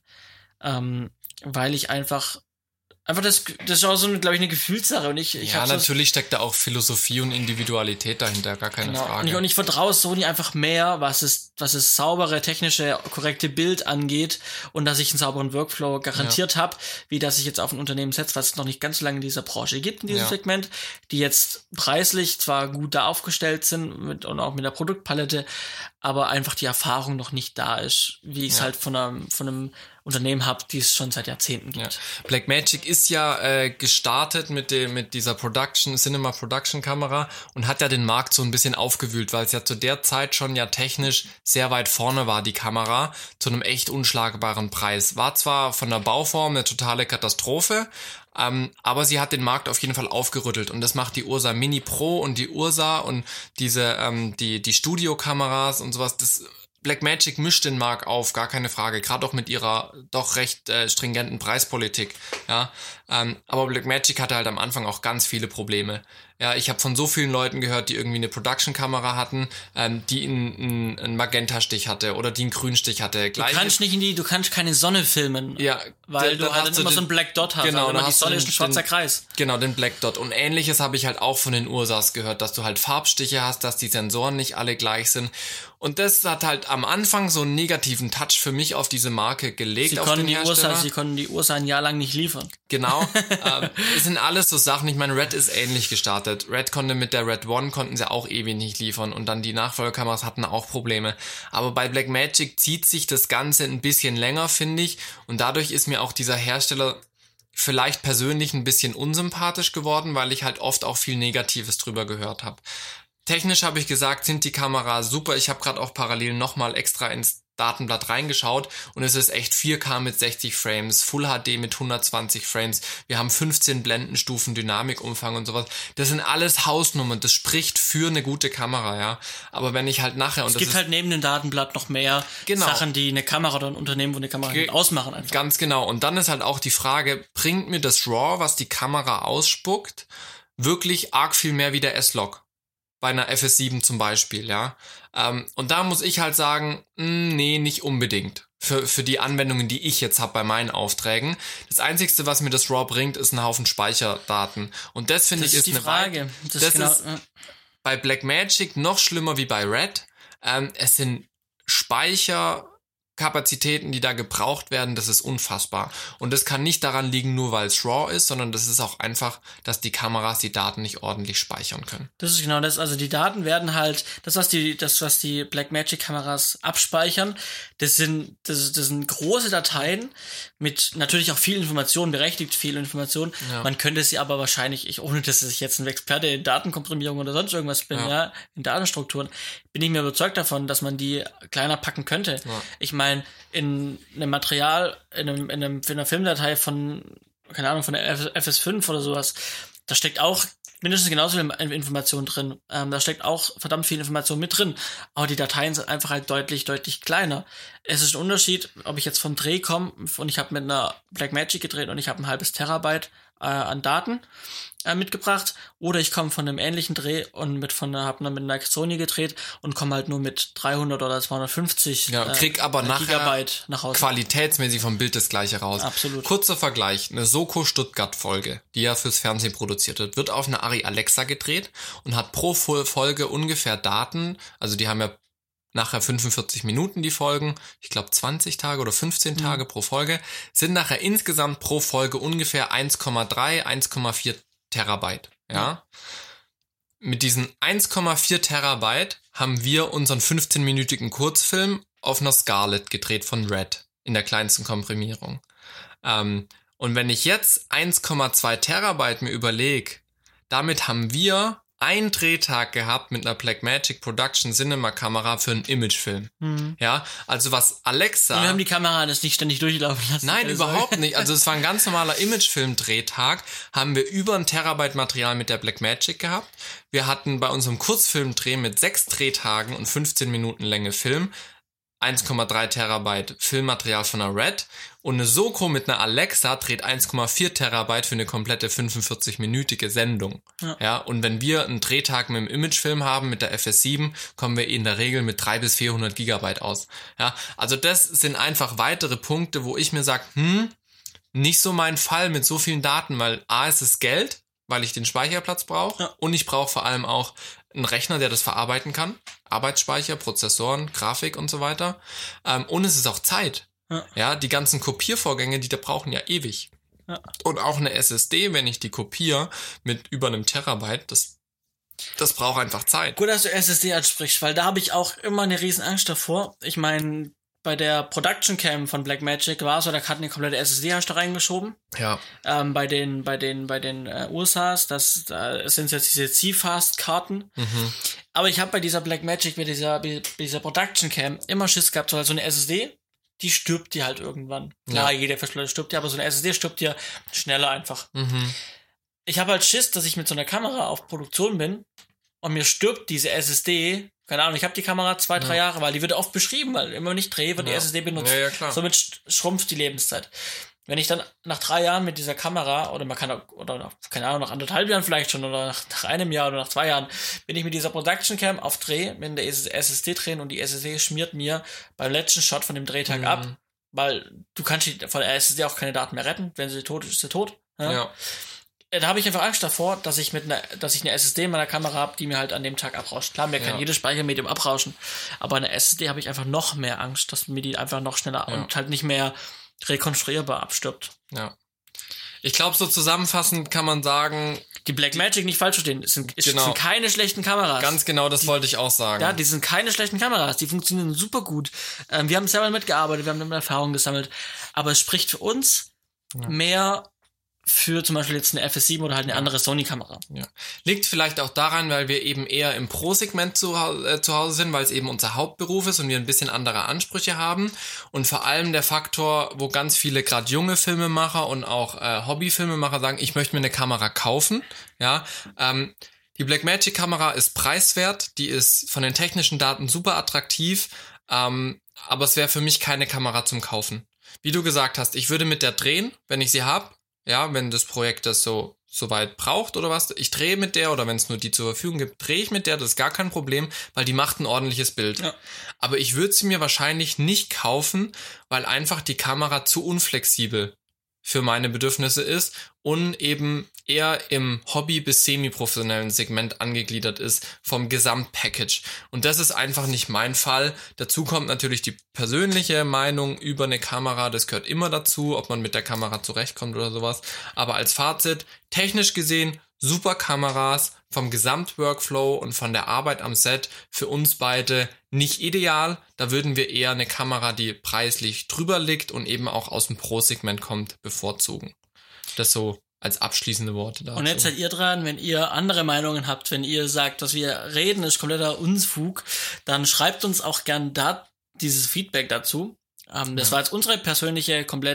Ähm, weil ich einfach Einfach das, das ist auch so, glaube ich, eine Gefühlssache. Und ich, ich ja, natürlich so, steckt da auch Philosophie und Individualität dahinter, gar keine genau. Frage. Und ich, und ich vertraue Sony einfach mehr, was es, was es saubere, technische, korrekte Bild angeht und dass ich einen sauberen Workflow garantiert ja. habe, wie dass ich jetzt auf ein Unternehmen setze, was es noch nicht ganz so lange in dieser Branche gibt, in diesem ja. Segment, die jetzt preislich zwar gut da aufgestellt sind mit, und auch mit der Produktpalette, aber einfach die Erfahrung noch nicht da ist, wie ich es ja. halt von einem, von einem Unternehmen habe, die es schon seit Jahrzehnten gibt. Ja. Blackmagic ist ja äh, gestartet mit dem mit dieser Production Cinema Production Kamera und hat ja den Markt so ein bisschen aufgewühlt, weil es ja zu der Zeit schon ja technisch sehr weit vorne war, die Kamera, zu einem echt unschlagbaren Preis. War zwar von der Bauform eine totale Katastrophe, ähm, aber sie hat den Markt auf jeden Fall aufgerüttelt und das macht die Ursa Mini Pro und die Ursa und diese ähm, die die Studiokameras und sowas, das Blackmagic mischt den Markt auf, gar keine Frage, gerade auch mit ihrer doch recht äh, stringenten Preispolitik, ja, ähm, aber Blackmagic hatte halt am Anfang auch ganz viele Probleme. Ja, ich habe von so vielen Leuten gehört, die irgendwie eine Production-Kamera hatten, ähm, die einen, einen Magenta-Stich hatte oder die einen Grünstich hatte. Gleich du kannst nicht in die, du kannst keine Sonne filmen, ja, weil da, du halt immer den, so einen Black Dot hast. Genau, also da die Sonne den, ist ein schwarzer den, Kreis. Genau, den Black Dot. Und Ähnliches habe ich halt auch von den Ursas gehört, dass du halt Farbstiche hast, dass die Sensoren nicht alle gleich sind. Und das hat halt am Anfang so einen negativen Touch für mich auf diese Marke gelegt. Sie auf konnten den die Ursa, sie konnten die Ursa ein Jahr lang nicht liefern. Genau. ähm, es sind alles so Sachen. Ich meine, Red ist ähnlich gestartet. Red konnte mit der Red One konnten sie auch ewig nicht liefern und dann die Nachfolgerkameras hatten auch Probleme. Aber bei Blackmagic zieht sich das Ganze ein bisschen länger, finde ich. Und dadurch ist mir auch dieser Hersteller vielleicht persönlich ein bisschen unsympathisch geworden, weil ich halt oft auch viel Negatives drüber gehört habe. Technisch habe ich gesagt, sind die Kameras super. Ich habe gerade auch parallel nochmal extra ins Datenblatt reingeschaut und es ist echt vier K mit sechzig Frames, Full H D mit hundertzwanzig Frames. Wir haben fünfzehn Blendenstufen, Dynamikumfang und sowas. Das sind alles Hausnummern. Das spricht für eine gute Kamera, ja. Aber wenn ich halt nachher... und Es das gibt ist, halt neben dem Datenblatt noch mehr genau. Sachen, die eine Kamera oder ein Unternehmen, wo eine Kamera Ge- ausmachen einfach. Ganz genau. Und dann ist halt auch die Frage, bringt mir das RAW, was die Kamera ausspuckt, wirklich arg viel mehr wie der S-Log? Bei einer F S sieben zum Beispiel, ja. Ähm, und da muss ich halt sagen, mh, nee, nicht unbedingt. Für, für die Anwendungen, die ich jetzt habe bei meinen Aufträgen. Das Einzigste, was mir das RAW bringt, ist ein Haufen Speicherdaten. Und das finde ich ist, ist eine Frage. Das, das ist, genau, ist bei Blackmagic noch schlimmer wie bei Red. Ähm, es sind Speicher... Kapazitäten, die da gebraucht werden, das ist unfassbar. Und das kann nicht daran liegen, nur weil es RAW ist, sondern das ist auch einfach, dass die Kameras die Daten nicht ordentlich speichern können. Das ist genau das. Also die Daten werden halt, das was die, das was die Blackmagic-Kameras abspeichern, das sind, das, das sind große Dateien mit natürlich auch viel Information, berechtigt viel Information. Ja. Man könnte sie aber wahrscheinlich, ich, ohne dass ich jetzt ein Experte in Datenkomprimierung oder sonst irgendwas bin, ja, ja in Datenstrukturen, bin ich mir überzeugt davon, dass man die kleiner packen könnte. Ja. Ich meine, in einem Material, in, einem, in, einem, in einer Filmdatei von, keine Ahnung, von der F S fünf oder sowas, da steckt auch steckt mindestens genauso viel Information drin. Ähm, da steckt auch verdammt viel Information mit drin. Aber die Dateien sind einfach halt deutlich, deutlich kleiner. Es ist ein Unterschied, ob ich jetzt vom Dreh komme und ich habe mit einer Blackmagic gedreht und ich habe ein halbes Terabyte äh, an Daten äh, mitgebracht, oder ich komme von einem ähnlichen Dreh und mit von einer, hab mit einer Sony gedreht und komme halt nur mit dreihundert oder zweihundertfünfzig ja, krieg aber äh, nachher Gigabyte nach Hause. Qualitätsmäßig vom Bild das gleiche raus. Absolut. Kurzer Vergleich, eine Soko Stuttgart-Folge, die ja fürs Fernsehen produziert wird, wird auf eine Arri Alexa gedreht und hat pro Folge ungefähr Daten, also die haben ja nachher fünfundvierzig Minuten die Folgen, ich glaube zwanzig Tage oder fünfzehn Tage mhm. pro Folge, sind nachher insgesamt pro Folge ungefähr eins Komma drei, eins Komma vier Terabyte, ja. Mhm. Mit diesen eins Komma vier Terabyte haben wir unseren fünfzehnminütigen Kurzfilm auf einer Scarlett gedreht von Red in der kleinsten Komprimierung. Ähm, und wenn ich jetzt eins Komma zwei Terabyte mir überlege, damit haben wir einen Drehtag gehabt mit einer Blackmagic Production Cinema Kamera für einen Imagefilm. Mhm. Ja, also was Alexa... Und wir haben die Kamera das nicht ständig durchlaufen lassen. Nein, überhaupt nicht. Also es war ein ganz normaler Imagefilm-Drehtag. Haben wir über ein Terabyte Material mit der Blackmagic gehabt. Wir hatten bei unserem Kurzfilmdreh mit sechs Drehtagen und fünfzehn Minuten Länge Film eins Komma drei Terabyte Filmmaterial von einer Red und eine Soko mit einer Alexa dreht eins Komma vier Terabyte für eine komplette fünfundvierzig-minütige Sendung. Ja. ja, und wenn wir einen Drehtag mit dem Imagefilm haben, mit der F S sieben, kommen wir in der Regel mit dreihundert bis vierhundert Gigabyte aus. Ja, also das sind einfach weitere Punkte, wo ich mir sage, hm, nicht so mein Fall mit so vielen Daten, weil A, ist es Geld, weil ich den Speicherplatz brauche, ja. und ich brauche vor allem auch einen Rechner, der das verarbeiten kann. Arbeitsspeicher, Prozessoren, Grafik und so weiter. Ähm, und es ist auch Zeit. Ja. ja, die ganzen Kopiervorgänge, die da brauchen ja ewig. Ja. Und auch eine S S D, wenn ich die kopiere mit über einem Terabyte, das, das braucht einfach Zeit. Gut, dass du S S D ansprichst, weil da habe ich auch immer eine riesen Angst davor. Ich meine, bei der Production Cam von Blackmagic war es so, da hat eine komplette S S D hast du reingeschoben. Ja. Ähm, bei den, bei den, bei den äh, U S As, das da sind jetzt diese C-Fast-Karten. Mhm. Aber ich habe bei dieser Blackmagic, bei dieser, bei dieser Production Cam immer Schiss gehabt, so also eine S S D, die stirbt dir halt irgendwann. Klar, ja. jeder Verschluss stirbt dir, aber so eine S S D stirbt dir schneller einfach. Mhm. Ich habe halt Schiss, dass ich mit so einer Kamera auf Produktion bin und mir stirbt diese S S D. Keine Ahnung, ich habe die Kamera zwei, drei ja. Jahre, weil die wird oft beschrieben, weil immer wenn ich drehe, wird ja. die S S D benutzt. Ja, ja, klar. Somit schrumpft die Lebenszeit. Wenn ich dann nach drei Jahren mit dieser Kamera, oder man kann auch, oder nach, keine Ahnung, nach anderthalb Jahren vielleicht schon, oder nach, nach einem Jahr oder nach zwei Jahren, bin ich mit dieser Production Cam auf Dreh, mit der S S D drehen und die S S D schmiert mir beim letzten Shot von dem Drehtag mhm. ab, weil du kannst die, von der S S D auch keine Daten mehr retten. Wenn sie tot ist, ist sie tot. Ja. ja. Da habe ich einfach Angst davor, dass ich mit einer, dass ich eine S S D in meiner Kamera habe, die mir halt an dem Tag abrauscht. Klar, mir kann ja. jedes Speichermedium abrauschen, aber eine S S D habe ich einfach noch mehr Angst, dass mir die einfach noch schneller ja. und halt nicht mehr rekonstruierbar abstirbt. Ja. Ich glaube, so zusammenfassend kann man sagen, die Blackmagic nicht falsch verstehen, es sind, genau. sind keine schlechten Kameras. Ganz genau, das die, wollte ich auch sagen. Ja, die sind keine schlechten Kameras, die funktionieren super gut. Ähm, wir haben selber mitgearbeitet, wir haben damit Erfahrung gesammelt, aber es spricht für uns ja. mehr für zum Beispiel jetzt eine F S sieben oder halt eine andere Sony-Kamera. Ja. Liegt vielleicht auch daran, weil wir eben eher im Pro-Segment zu, äh, zu Hause sind, weil es eben unser Hauptberuf ist und wir ein bisschen andere Ansprüche haben. Und vor allem der Faktor, wo ganz viele gerade junge Filmemacher und auch äh, Hobbyfilmemacher sagen, ich möchte mir eine Kamera kaufen. Ja, ähm, die Blackmagic-Kamera ist preiswert, die ist von den technischen Daten super attraktiv, ähm, aber es wäre für mich keine Kamera zum Kaufen. Wie du gesagt hast, ich würde mit der drehen, wenn ich sie habe. Ja, wenn das Projekt das so, so weit braucht oder was, ich drehe mit der oder wenn es nur die zur Verfügung gibt, drehe ich mit der, das ist gar kein Problem, weil die macht ein ordentliches Bild. Ja. Aber ich würde sie mir wahrscheinlich nicht kaufen, weil einfach die Kamera zu unflexibel für meine Bedürfnisse ist und eben eher im Hobby- bis semi-professionellen Segment angegliedert ist vom Gesamtpackage. Und das ist einfach nicht mein Fall. Dazu kommt natürlich die persönliche Meinung über eine Kamera. Das gehört immer dazu, ob man mit der Kamera zurechtkommt oder sowas. Aber als Fazit, technisch gesehen, super Kameras, vom Gesamtworkflow und von der Arbeit am Set für uns beide nicht ideal. Da würden wir eher eine Kamera, die preislich drüber liegt und eben auch aus dem Pro-Segment kommt, bevorzugen. Das so als abschließende Worte dazu. Und jetzt seid ihr dran, wenn ihr andere Meinungen habt, wenn ihr sagt, dass wir reden, ist kompletter Unfug, dann schreibt uns auch gern da dieses Feedback dazu. Ähm, das ja. war jetzt unsere persönliche, komplett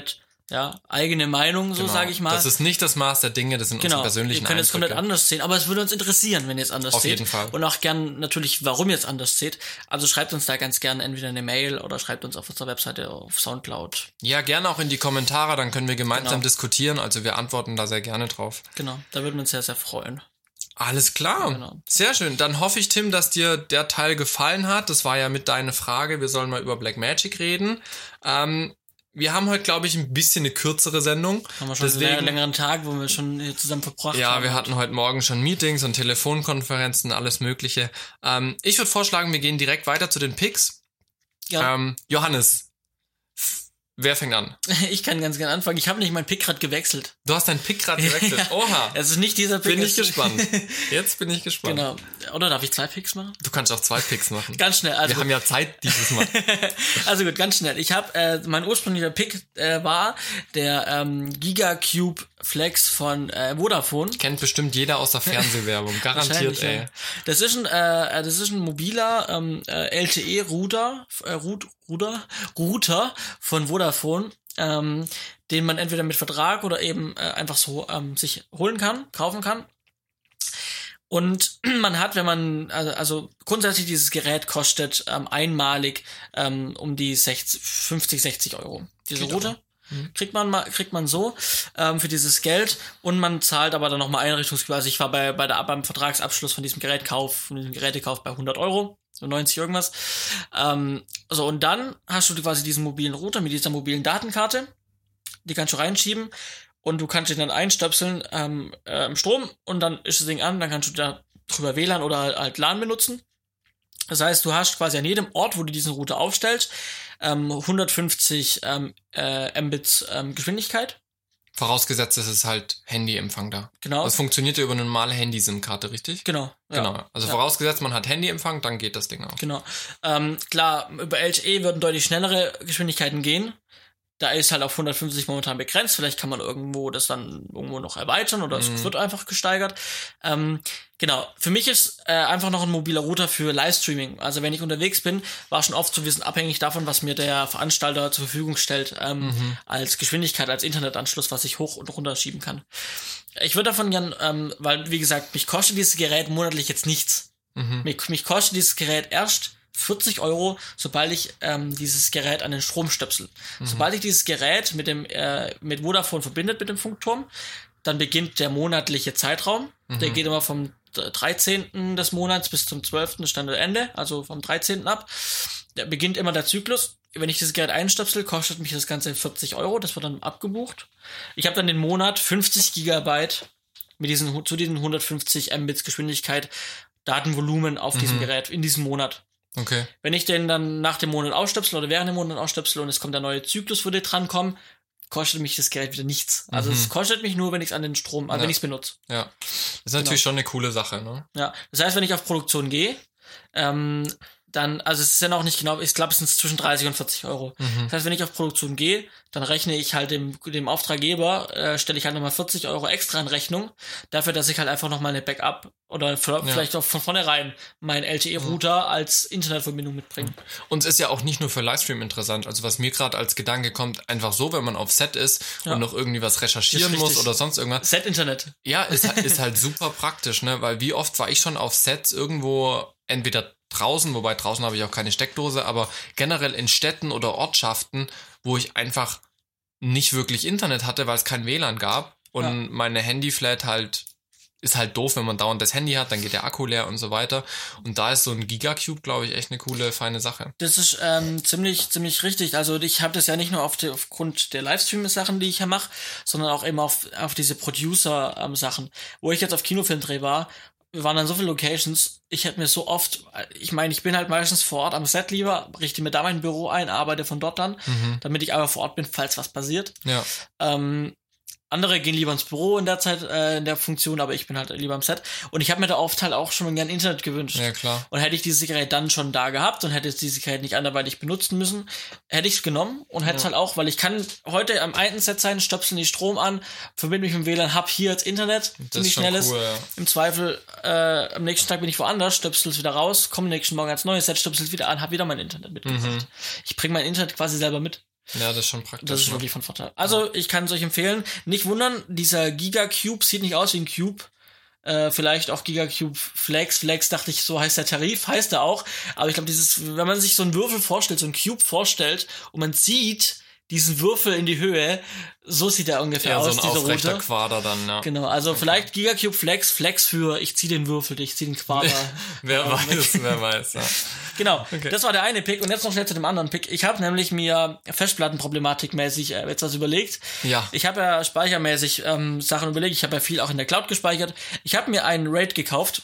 ja, eigene Meinung, so Genau. sage ich mal. Das ist nicht das Maß der Dinge, das sind Genau, unsere persönlichen ihr könnt es komplett Eindrücke. anders sehen, aber es würde uns interessieren, wenn ihr es anders Auf seht. jeden Fall. Und auch gern natürlich, warum ihr es anders seht. Also schreibt uns da ganz gern entweder eine Mail oder schreibt uns auf unserer Webseite auf Soundcloud. Ja, gerne auch in die Kommentare, dann können wir gemeinsam Genau. diskutieren. Also wir antworten da sehr gerne drauf. Genau, da würden wir uns sehr, sehr freuen. Alles klar. Genau. Sehr schön. Dann hoffe ich, Tim, dass dir der Teil gefallen hat. Das war ja mit deiner Frage. Wir sollen mal über Blackmagic reden. Ähm, wir haben heute, glaube ich, ein bisschen eine kürzere Sendung. Haben wir schon Deswegen, einen längeren Tag, wo wir schon hier zusammen verbracht ja, haben. wir hatten heute Morgen schon Meetings und Telefonkonferenzen, alles Mögliche. Ähm, ich würde vorschlagen, wir gehen direkt weiter zu den Picks. Ja. Ähm, Johannes, f- wer fängt an? Ich kann ganz gerne anfangen. Ich habe nicht meinen Pick gerade gewechselt. Du hast deinen Pick gerade gewechselt. Oha. Es ist nicht dieser Pick. Bin ich es ist- gespannt. Jetzt bin ich gespannt. Genau. Oder darf ich zwei Picks machen? Du kannst auch zwei Picks machen. Ganz schnell. Also Wir gut. haben ja Zeit dieses Mal. Also gut, ganz schnell. Ich habe äh, mein ursprünglicher Pick äh, war der ähm, Gigacube Flex von äh, Vodafone. Kennt bestimmt jeder aus der Fernsehwerbung. Garantiert, Wahrscheinlich, ey. ja. Das ist ein, äh, das ist ein mobiler ähm, äh, L T E-Router, äh, Rout- Router, Router von Vodafone, ähm, den man entweder mit Vertrag oder eben äh, einfach so ähm, sich holen kann, kaufen kann. Und man hat, wenn man, also, also grundsätzlich dieses Gerät kostet ähm, einmalig ähm, um die sechzig, fünfzig, sechzig Euro. Diese Geht Router kriegt man mal, kriegt man so ähm, für dieses Geld und man zahlt aber dann nochmal Einrichtungsgebühr. Also ich war bei, bei der, beim Vertragsabschluss von diesem Gerätkauf, von diesem Gerätekauf bei hundert Euro, so neunzig irgendwas. Ähm, so, und dann hast du quasi diesen mobilen Router mit dieser mobilen Datenkarte, die kannst du reinschieben und du kannst den dann einstöpseln ähm, äh, im Strom und dann ist das Ding an, dann kannst du da drüber W L A N oder halt, halt LAN benutzen. Das heißt, du hast quasi an jedem Ort, wo du diesen Router aufstellst, ähm, hundertfünfzig ähm, äh, Mbits ähm, Geschwindigkeit. Vorausgesetzt, es ist halt Handyempfang da. Genau. Das funktioniert ja über eine normale Handy-SIM-Karte, richtig? Genau. Ja. Genau. Also Ja. vorausgesetzt, man hat Handyempfang, dann geht das Ding auch. Genau. Ähm, klar, über L T E würden deutlich schnellere Geschwindigkeiten gehen. Da ist halt auf hundertfünfzig momentan begrenzt. Vielleicht kann man irgendwo das dann irgendwo noch erweitern oder es wird einfach gesteigert. Ähm, genau. Für mich ist äh, einfach noch ein mobiler Router für Livestreaming. Also wenn ich unterwegs bin, war schon oft so ein bisschen abhängig davon, was mir der Veranstalter zur Verfügung stellt, ähm, Mhm. als Geschwindigkeit, als Internetanschluss, was ich hoch und runter schieben kann. Ich würde davon gern, ähm, weil, wie gesagt, mich kostet dieses Gerät monatlich jetzt nichts. Mhm. Mich, mich kostet dieses Gerät erst vierzig Euro, sobald ich ähm, dieses Gerät an den Strom stöpsel. Mhm. Sobald ich dieses Gerät mit dem äh, mit Vodafone verbindet mit dem Funkturm, dann beginnt der monatliche Zeitraum. Mhm. Der geht immer vom dreizehnten des Monats bis zum zwölften Standardende, also vom dreizehnten ab. Da beginnt immer der Zyklus. Wenn ich das Gerät einstöpsel, kostet mich das Ganze vierzig Euro. Das wird dann abgebucht. Ich habe dann den Monat fünfzig Gigabyte mit diesen zu diesen hundertfünfzig Mbits Geschwindigkeit Datenvolumen auf diesem Mhm. Gerät in diesem Monat. Okay. Wenn ich den dann nach dem Monat ausstöpsel oder während dem Monat ausstöpsel und es kommt der neue Zyklus, wo die drankommen, kostet mich das Gerät wieder nichts. Also Mhm. es kostet mich nur, wenn ich es an den Strom, äh, Ja. wenn ich es benutze. Ja. Das ist natürlich schon eine coole Sache, ne? Ja. Das heißt, wenn ich auf Produktion gehe, ähm, dann, also es ist ja noch nicht genau, ich glaube, es sind zwischen dreißig und vierzig Euro. Mhm. Das heißt, wenn ich auf Produktion gehe, dann rechne ich halt dem, dem Auftraggeber, äh, stelle ich halt nochmal vierzig Euro extra in Rechnung, dafür, dass ich halt einfach nochmal eine Backup oder für, Ja. vielleicht auch von vornherein meinen L T E-Router als Internetverbindung mitbringe. Und es ist ja auch nicht nur für Livestream interessant. Also was mir gerade als Gedanke kommt, einfach so, wenn man auf Set ist Ja. und noch irgendwie was recherchieren Das ist muss richtig. oder sonst irgendwas. Set-Internet. Ja, ist, ist halt super praktisch, ne? Weil wie oft war ich schon auf Sets irgendwo entweder draußen, wobei draußen habe ich auch keine Steckdose, aber generell in Städten oder Ortschaften, wo ich einfach nicht wirklich Internet hatte, weil es kein W L A N gab und Ja. meine Handyflat halt ist halt doof, wenn man dauernd das Handy hat, dann geht der Akku leer und so weiter. Und da ist so ein Gigacube, glaube ich, echt eine coole, feine Sache. Das ist ähm, ziemlich, ziemlich richtig. Also ich habe das ja nicht nur auf die, aufgrund der Livestream-Sachen, die ich ja mache, sondern auch eben auf, auf diese Producer-Sachen. Wo ich jetzt auf Kinofilmdreh war, wir waren an so viele Locations, ich hätte mir so oft, ich meine, ich bin halt meistens vor Ort am Set lieber, richte mir da mein Büro ein, arbeite von dort dann, Mhm. damit ich aber vor Ort bin, falls was passiert. Ja. Ähm, andere gehen lieber ins Büro in der Zeit, äh, in der Funktion, aber ich bin halt lieber am Set. Und ich habe mir da oft halt auch schon gern Internet gewünscht. Ja, klar. Und hätte ich dieses Gerät dann schon da gehabt und hätte dieses Gerät nicht anderweitig benutzen müssen, hätte ich es genommen und hätte es Ja. halt auch, weil ich kann heute am einen Set sein, stöpseln die Strom an, verbinde mich mit dem W L A N, hab hier jetzt Internet, Das ziemlich ist schon schnelles. cool, ja. Im Zweifel, äh, am nächsten Tag bin ich woanders, stöpsel es wieder raus, komme nächsten Morgen als neues Set, stöpsel es wieder an, hab wieder mein Internet mitgebracht. Mhm. Ich bringe mein Internet quasi selber mit. Ja, das ist schon praktisch. Das ist ne? wirklich von Vorteil. Also, ich kann es euch empfehlen. Nicht wundern, dieser Giga-Cube sieht nicht aus wie ein Cube. Äh, vielleicht auch Giga-Cube Flex. Flex dachte ich, so heißt der Tarif, heißt er auch. Aber ich glaube, dieses, wenn man sich so einen Würfel vorstellt, so einen Cube vorstellt und man sieht diesen Würfel in die Höhe, so sieht er ungefähr ja, aus, so ein dieser aufrechter Route. Quader dann, ja. Genau, also okay. Vielleicht Gigacube Flex, Flex für ich zieh den Würfel, ich zieh den Quader. wer weiß, wer weiß, ja. Genau, okay. Das war der eine Pick und jetzt noch schnell zu dem anderen Pick. Ich habe nämlich mir Festplattenproblematik-mäßig äh, jetzt was überlegt. Ja. Ich habe ja speichermäßig ähm, Sachen überlegt, ich habe ja viel auch in der Cloud gespeichert. Ich habe mir einen RAID gekauft.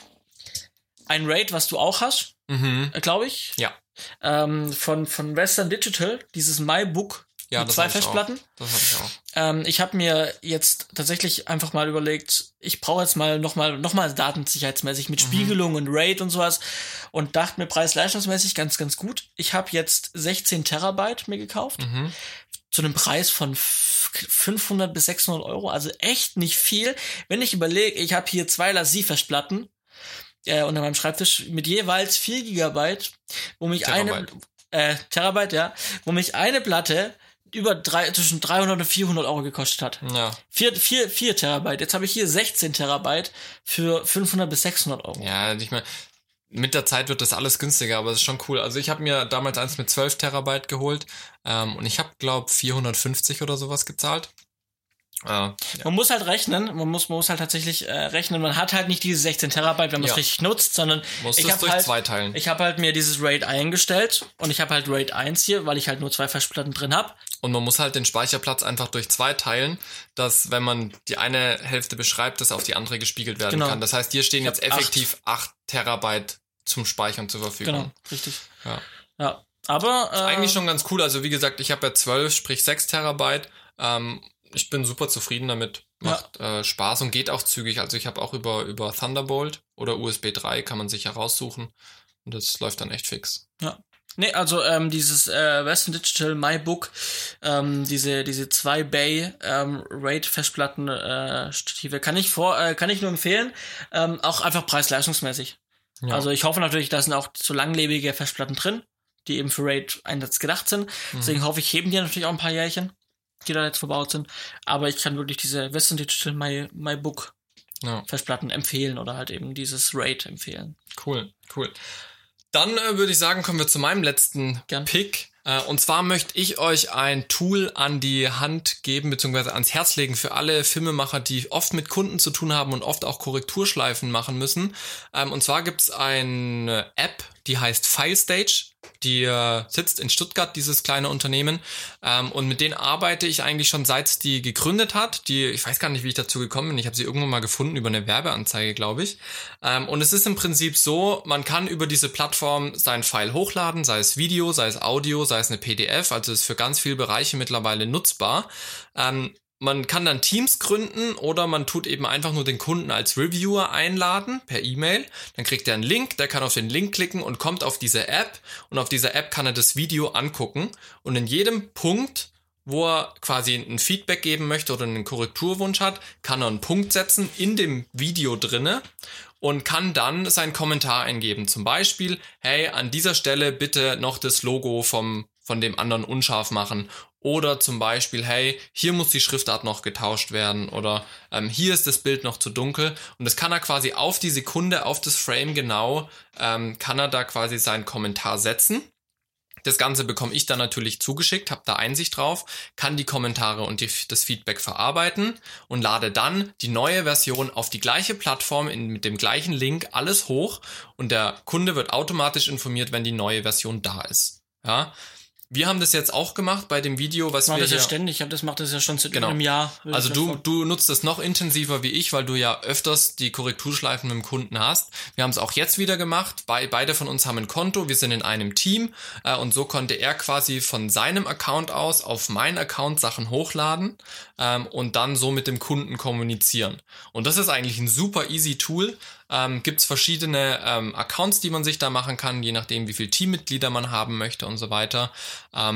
Ein RAID, was du auch hast, mhm. äh, glaube ich. Ja. Ähm, von, von Western Digital, dieses MyBook. Ja, mit das zwei hab ich Festplatten. Auch. Das habe ich auch. Ähm, ich habe mir jetzt tatsächlich einfach mal überlegt, ich brauche jetzt mal nochmal noch mal datensicherheitsmäßig mit mhm. Spiegelung und RAID und sowas und dachte mir preis-leistungsmäßig ganz, ganz gut. Ich habe jetzt sechzehn Terabyte mir gekauft Mhm. zu einem Preis von fünfhundert bis sechshundert Euro, also echt nicht viel. Wenn ich überlege, ich habe hier zwei Lassie-Festplatten äh, unter meinem Schreibtisch mit jeweils vier Gigabyte, wo mich Terabyte. eine äh, Terabyte, ja, wo mich eine Platte über drei, zwischen dreihundert und vierhundert Euro gekostet hat. Ja. Vier, vier, vier Terabyte. Jetzt habe ich hier sechzehn Terabyte für fünfhundert bis sechshundert Euro. Ja, ich meine, mit der Zeit wird das alles günstiger, aber das ist schon cool. Also ich habe mir damals eins mit zwölf Terabyte geholt ähm, und ich habe, glaube vierhundertfünfzig oder sowas gezahlt. Äh, ja. Man muss halt rechnen, man muss, man muss halt tatsächlich äh, rechnen, man hat halt nicht diese sechzehn Terabyte, wenn man es Ja. richtig nutzt, sondern Musst ich es habe durch halt, zwei teilen. ich habe halt mir dieses RAID eingestellt und ich habe halt RAID eins hier, weil ich halt nur zwei Festplatten drin habe. Und man muss halt den Speicherplatz einfach durch zwei teilen, dass, wenn man die eine Hälfte beschreibt, das auf die andere gespiegelt werden Genau. kann. Das heißt, hier stehen Ich jetzt hab effektiv acht Terabyte zum Speichern zur Verfügung. Genau, richtig. Ja. Ja, aber äh, Ist eigentlich schon ganz cool. Also wie gesagt, ich habe ja zwölf, sprich sechs Terabyte. Ähm, ich bin super zufrieden damit. Macht ja. äh, Spaß und geht auch zügig. Also ich habe auch über, über Thunderbolt oder U S B drei kann man sich heraussuchen. Und das läuft dann echt fix. Ja. Nee, also ähm, dieses äh, Western Digital MyBook, ähm, diese diese zwei Bay ähm, RAID Festplatten äh, Stative kann ich vor äh, kann ich nur empfehlen, ähm, auch einfach preis-leistungsmäßig. Ja. Also ich hoffe natürlich, da sind auch so langlebige Festplatten drin, die eben für RAID-Einsatz gedacht sind. Mhm. Deswegen hoffe ich, heben die natürlich auch ein paar Jährchen, die da jetzt verbaut sind. Aber ich kann wirklich diese Western Digital My, MyBook ja. Festplatten empfehlen oder halt eben dieses RAID empfehlen. Cool, cool. Dann äh, würde ich sagen, kommen wir zu meinem letzten Gern. Pick. Äh, und zwar möchte ich euch ein Tool an die Hand geben, beziehungsweise ans Herz legen für alle Filmemacher, die oft mit Kunden zu tun haben und oft auch Korrekturschleifen machen müssen. Ähm, und zwar gibt's eine App, die heißt FileStage. Die äh, sitzt in Stuttgart, dieses kleine Unternehmen. Ähm, und mit denen arbeite ich eigentlich schon seit es die gegründet hat. Die, ich weiß gar nicht, wie ich dazu gekommen bin. Ich habe sie irgendwann mal gefunden über eine Werbeanzeige, glaube ich. Ähm, und es ist im Prinzip so, man kann über diese Plattform sein File hochladen, sei es Video, sei es Audio, sei es eine P D F. Also ist für ganz viele Bereiche mittlerweile nutzbar. Ähm, Man kann dann Teams gründen oder man tut eben einfach nur den Kunden als Reviewer einladen per E-Mail. Dann kriegt er einen Link, der kann auf den Link klicken und kommt auf diese App. Und auf dieser App kann er das Video angucken. Und in jedem Punkt, wo er quasi ein Feedback geben möchte oder einen Korrekturwunsch hat, kann er einen Punkt setzen in dem Video drinne und kann dann seinen Kommentar eingeben. Zum Beispiel, hey, an dieser Stelle bitte noch das Logo vom von dem anderen unscharf machen. Oder zum Beispiel, hey, hier muss die Schriftart noch getauscht werden. Oder ähm, hier ist das Bild noch zu dunkel. Und das kann er quasi auf die Sekunde, auf das Frame genau, ähm, kann er da quasi seinen Kommentar setzen. Das Ganze bekomme ich dann natürlich zugeschickt, habe da Einsicht drauf, kann die Kommentare und die, das Feedback verarbeiten und lade dann die neue Version auf die gleiche Plattform in, mit dem gleichen Link alles hoch und der Kunde wird automatisch informiert, wenn die neue Version da ist. Ja. Wir haben das jetzt auch gemacht bei dem Video, was ich mach wir das hier... ja ständig, ich habe das macht das ja schon seit genau. einem Jahr. Also du du nutzt das noch intensiver wie ich, weil du ja öfters die Korrekturschleifen mit dem Kunden hast. Wir haben es auch jetzt wieder gemacht. Be- beide von uns haben ein Konto, wir sind in einem Team äh, und so konnte er quasi von seinem Account aus auf meinen Account Sachen hochladen ähm, und dann so mit dem Kunden kommunizieren. Und das ist eigentlich ein super easy Tool. Ähm, gibt's verschiedene ähm, Accounts, die man sich da machen kann, je nachdem, wie viele Teammitglieder man haben möchte und so weiter. Ähm,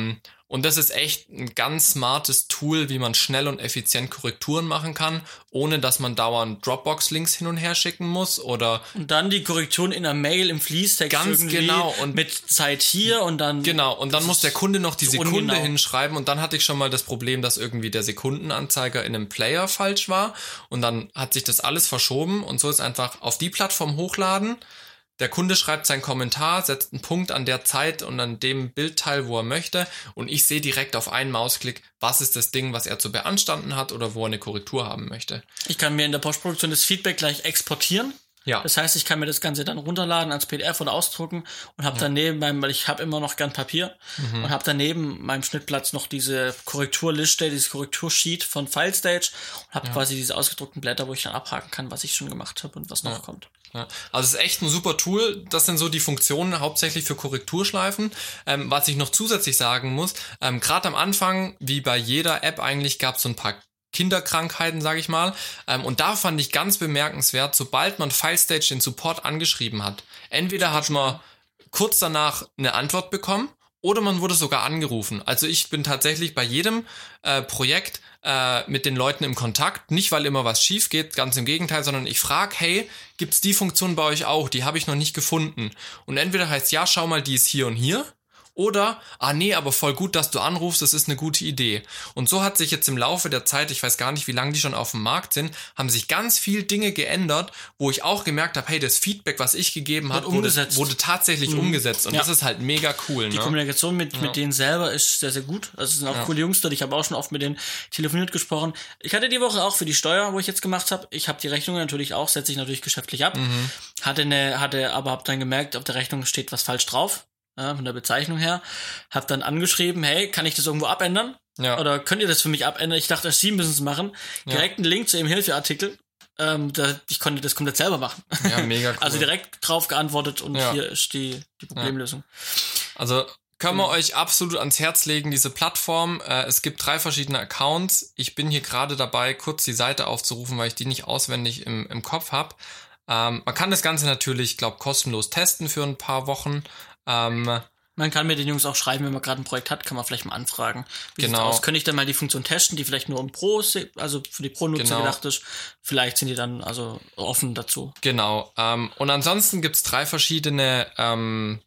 Und das ist echt ein ganz smartes Tool, wie man schnell und effizient Korrekturen machen kann, ohne dass man dauernd Dropbox-Links hin und her schicken muss oder... Und dann die Korrekturen in einer Mail im Fließtext ganz irgendwie genau und mit Zeit hier und dann... Genau, und dann muss der Kunde noch die Sekunde ungenau. hinschreiben und dann hatte ich schon mal das Problem, dass irgendwie der Sekundenanzeiger in einem Player falsch war und dann hat sich das alles verschoben und so ist einfach auf die Plattform hochladen. Der Kunde schreibt seinen Kommentar, setzt einen Punkt an der Zeit und an dem Bildteil, wo er möchte und ich sehe direkt auf einen Mausklick, was ist das Ding, was er zu beanstanden hat oder wo er eine Korrektur haben möchte. Ich kann mir in der Postproduktion das Feedback gleich exportieren. Ja. Das heißt, ich kann mir das Ganze dann runterladen als P D F oder ausdrucken und habe ja. daneben beim, weil ich habe immer noch gern Papier mhm. und habe daneben meinem Schnittplatz noch diese Korrekturliste, dieses Korrektursheet von FileStage und habe ja. quasi diese ausgedruckten Blätter, wo ich dann abhaken kann, was ich schon gemacht habe und was noch ja. kommt. Ja, also es ist echt ein super Tool. Das sind so die Funktionen hauptsächlich für Korrekturschleifen. Ähm, was ich noch zusätzlich sagen muss, ähm, gerade am Anfang, wie bei jeder App eigentlich, gab es so ein paar Kinderkrankheiten, sage ich mal. Ähm, und da fand ich ganz bemerkenswert, sobald man FileStage den Support angeschrieben hat, entweder hat man kurz danach eine Antwort bekommen oder man wurde sogar angerufen. Also ich bin tatsächlich bei jedem äh, Projekt äh, mit den Leuten im Kontakt, nicht weil immer was schief geht, ganz im Gegenteil, sondern ich frage, hey, gibt's die Funktion bei euch auch? Die habe ich noch nicht gefunden. Und entweder heißt, ja, schau mal, die ist hier und hier. Oder, ah nee, aber voll gut, dass du anrufst, das ist eine gute Idee. Und so hat sich jetzt im Laufe der Zeit, ich weiß gar nicht, wie lange die schon auf dem Markt sind, haben sich ganz viel Dinge geändert, wo ich auch gemerkt habe, hey, das Feedback, was ich gegeben habe, wurde, wurde tatsächlich mhm. umgesetzt. Und ja. das ist halt mega cool. Die ne? Kommunikation mit, ja. mit denen selber ist sehr, sehr gut. Also es sind auch ja. coole Jungs dort. Ich habe auch schon oft mit denen telefoniert gesprochen. Ich hatte die Woche auch für die Steuer, wo ich jetzt gemacht habe. Ich habe die Rechnung natürlich auch, setze ich natürlich geschäftlich ab. Mhm. Hatte eine, hatte aber habe dann gemerkt, auf der Rechnung steht was falsch drauf. Ja, von der Bezeichnung her, hab dann angeschrieben, hey, kann ich das irgendwo abändern? Ja. Oder könnt ihr das für mich abändern? Ich dachte, Sie müssen es machen. Direkt ja. einen Link zu Ihrem Hilfeartikel. Ähm, da, ich konnte das komplett selber machen. Ja, mega cool. Also direkt drauf geantwortet und ja. hier ist die, die Problemlösung. Ja. Also können wir euch absolut ans Herz legen, diese Plattform. Äh, es gibt drei verschiedene Accounts. Ich bin hier gerade dabei, kurz die Seite aufzurufen, weil ich die nicht auswendig im, im Kopf habe. Ähm, man kann das Ganze natürlich, glaube kostenlos testen für ein paar Wochen. Ähm, man kann mit den Jungs auch schreiben, wenn man gerade ein Projekt hat, kann man vielleicht mal anfragen. Wie genau. sieht's aus? Könnte ich dann mal die Funktion testen, die vielleicht nur um Pro, also für die Pro-Nutzer genau. gedacht ist. Vielleicht sind die dann also offen dazu. Genau. Ähm, und ansonsten gibt's drei verschiedene ähm,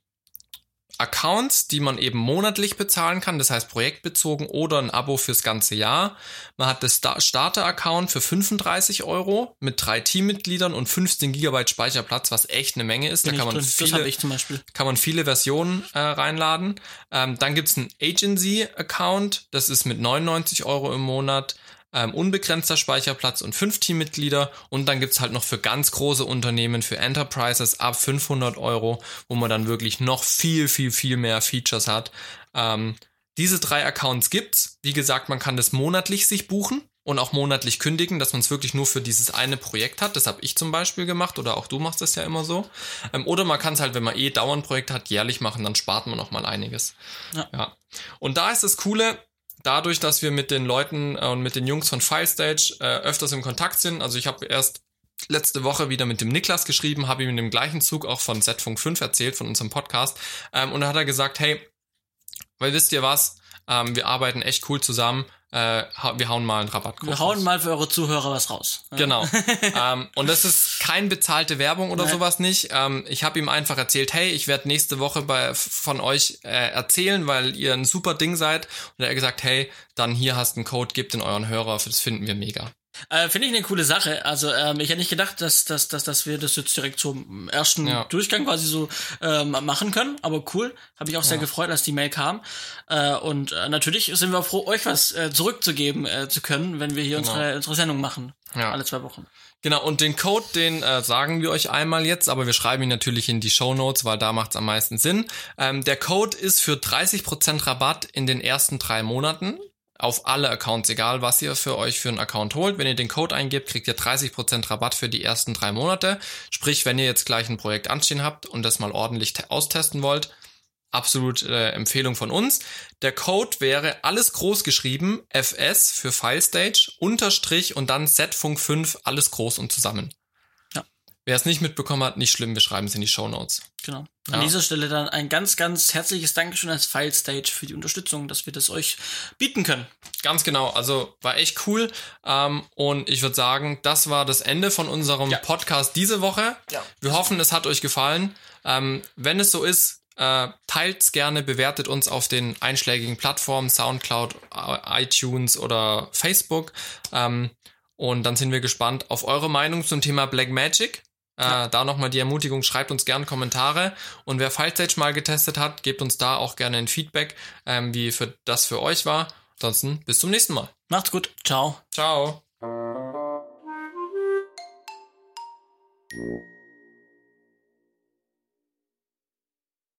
Accounts, die man eben monatlich bezahlen kann, das heißt projektbezogen oder ein Abo fürs ganze Jahr. Man hat das Starter-Account für fünfunddreißig Euro mit drei Teammitgliedern und fünfzehn Gigabyte Speicherplatz, was echt eine Menge ist. Bin da kann man, viele, das ich zum Beispiel. kann man viele Versionen äh, reinladen. Ähm, dann gibt's einen Agency-Account, das ist mit neunundneunzig Euro im Monat. Ähm, unbegrenzter Speicherplatz und fünf Teammitglieder und dann gibt's halt noch für ganz große Unternehmen, für Enterprises ab fünfhundert Euro, wo man dann wirklich noch viel, viel, viel mehr Features hat. Ähm, diese drei Accounts gibt's. Wie gesagt, man kann das monatlich sich buchen und auch monatlich kündigen, dass man es wirklich nur für dieses eine Projekt hat. Das habe ich zum Beispiel gemacht oder auch du machst das ja immer so. Ähm, oder man kann es halt, wenn man eh dauernd Projekt hat, jährlich machen, dann spart man noch mal einiges. Ja. ja. Und da ist das Coole, dadurch, dass wir mit den Leuten äh, und mit den Jungs von FileStage äh, öfters im Kontakt sind, also ich habe erst letzte Woche wieder mit dem Niklas geschrieben, habe ihm in dem gleichen Zug auch von Z-Funk fünf erzählt, von unserem Podcast, ähm, und da hat er gesagt, hey, weil wisst ihr was, ähm, wir arbeiten echt cool zusammen, äh, wir hauen mal einen Rabattcode Wir hauen raus. mal für eure Zuhörer was raus. Ja. Genau. ähm, und das ist kein bezahlte Werbung oder Nein. sowas nicht. Ähm, ich habe ihm einfach erzählt, hey, ich werde nächste Woche bei von euch äh, erzählen, weil ihr ein super Ding seid. Und er hat gesagt, hey, dann hier hast du einen Code, gebt den euren Hörer, das finden wir mega. Äh, Finde ich eine coole Sache. Also ähm, ich hätte nicht gedacht, dass, dass, dass, dass wir das jetzt direkt zum ersten ja. Durchgang quasi so ähm, machen können. Aber cool. Habe ich auch sehr ja. gefreut, als die Mail kam. Äh, und äh, natürlich sind wir froh, euch was äh, zurückzugeben äh, zu können, wenn wir hier genau. unsere, unsere Sendung machen. Ja. Alle zwei Wochen. Genau, und den Code, den äh, sagen wir euch einmal jetzt, aber wir schreiben ihn natürlich in die Shownotes, weil da macht's am meisten Sinn. Ähm, der Code ist für dreißig Prozent Rabatt in den ersten drei Monaten. Auf alle Accounts, egal was ihr für euch für einen Account holt. Wenn ihr den Code eingebt, kriegt ihr dreißig Prozent Rabatt für die ersten drei Monate. Sprich, wenn ihr jetzt gleich ein Projekt anstehen habt und das mal ordentlich te- austesten wollt, absolut äh, Empfehlung von uns. Der Code wäre alles groß geschrieben, F S für FileStage, Unterstrich und dann Z Funk fünf, alles groß und zusammen. Ja. Wer es nicht mitbekommen hat, nicht schlimm, wir schreiben es in die Shownotes. Genau. Ja. An dieser Stelle dann ein ganz, ganz herzliches Dankeschön als File-Stage für die Unterstützung, dass wir das euch bieten können. Ganz genau, also war echt cool. Ähm, und ich würde sagen, das war das Ende von unserem Ja. Podcast diese Woche. Ja. Wir hoffen, es hat euch gefallen. Ähm, wenn es so ist, äh, teilt's gerne, bewertet uns auf den einschlägigen Plattformen, Soundcloud, iTunes oder Facebook. Ähm, und dann sind wir gespannt auf eure Meinung zum Thema Blackmagic. Äh, Ja. Da nochmal die Ermutigung, schreibt uns gerne Kommentare. Und wer FileStage mal getestet hat, gebt uns da auch gerne ein Feedback, ähm, wie für das für euch war. Ansonsten bis zum nächsten Mal. Macht's gut. Ciao. Ciao.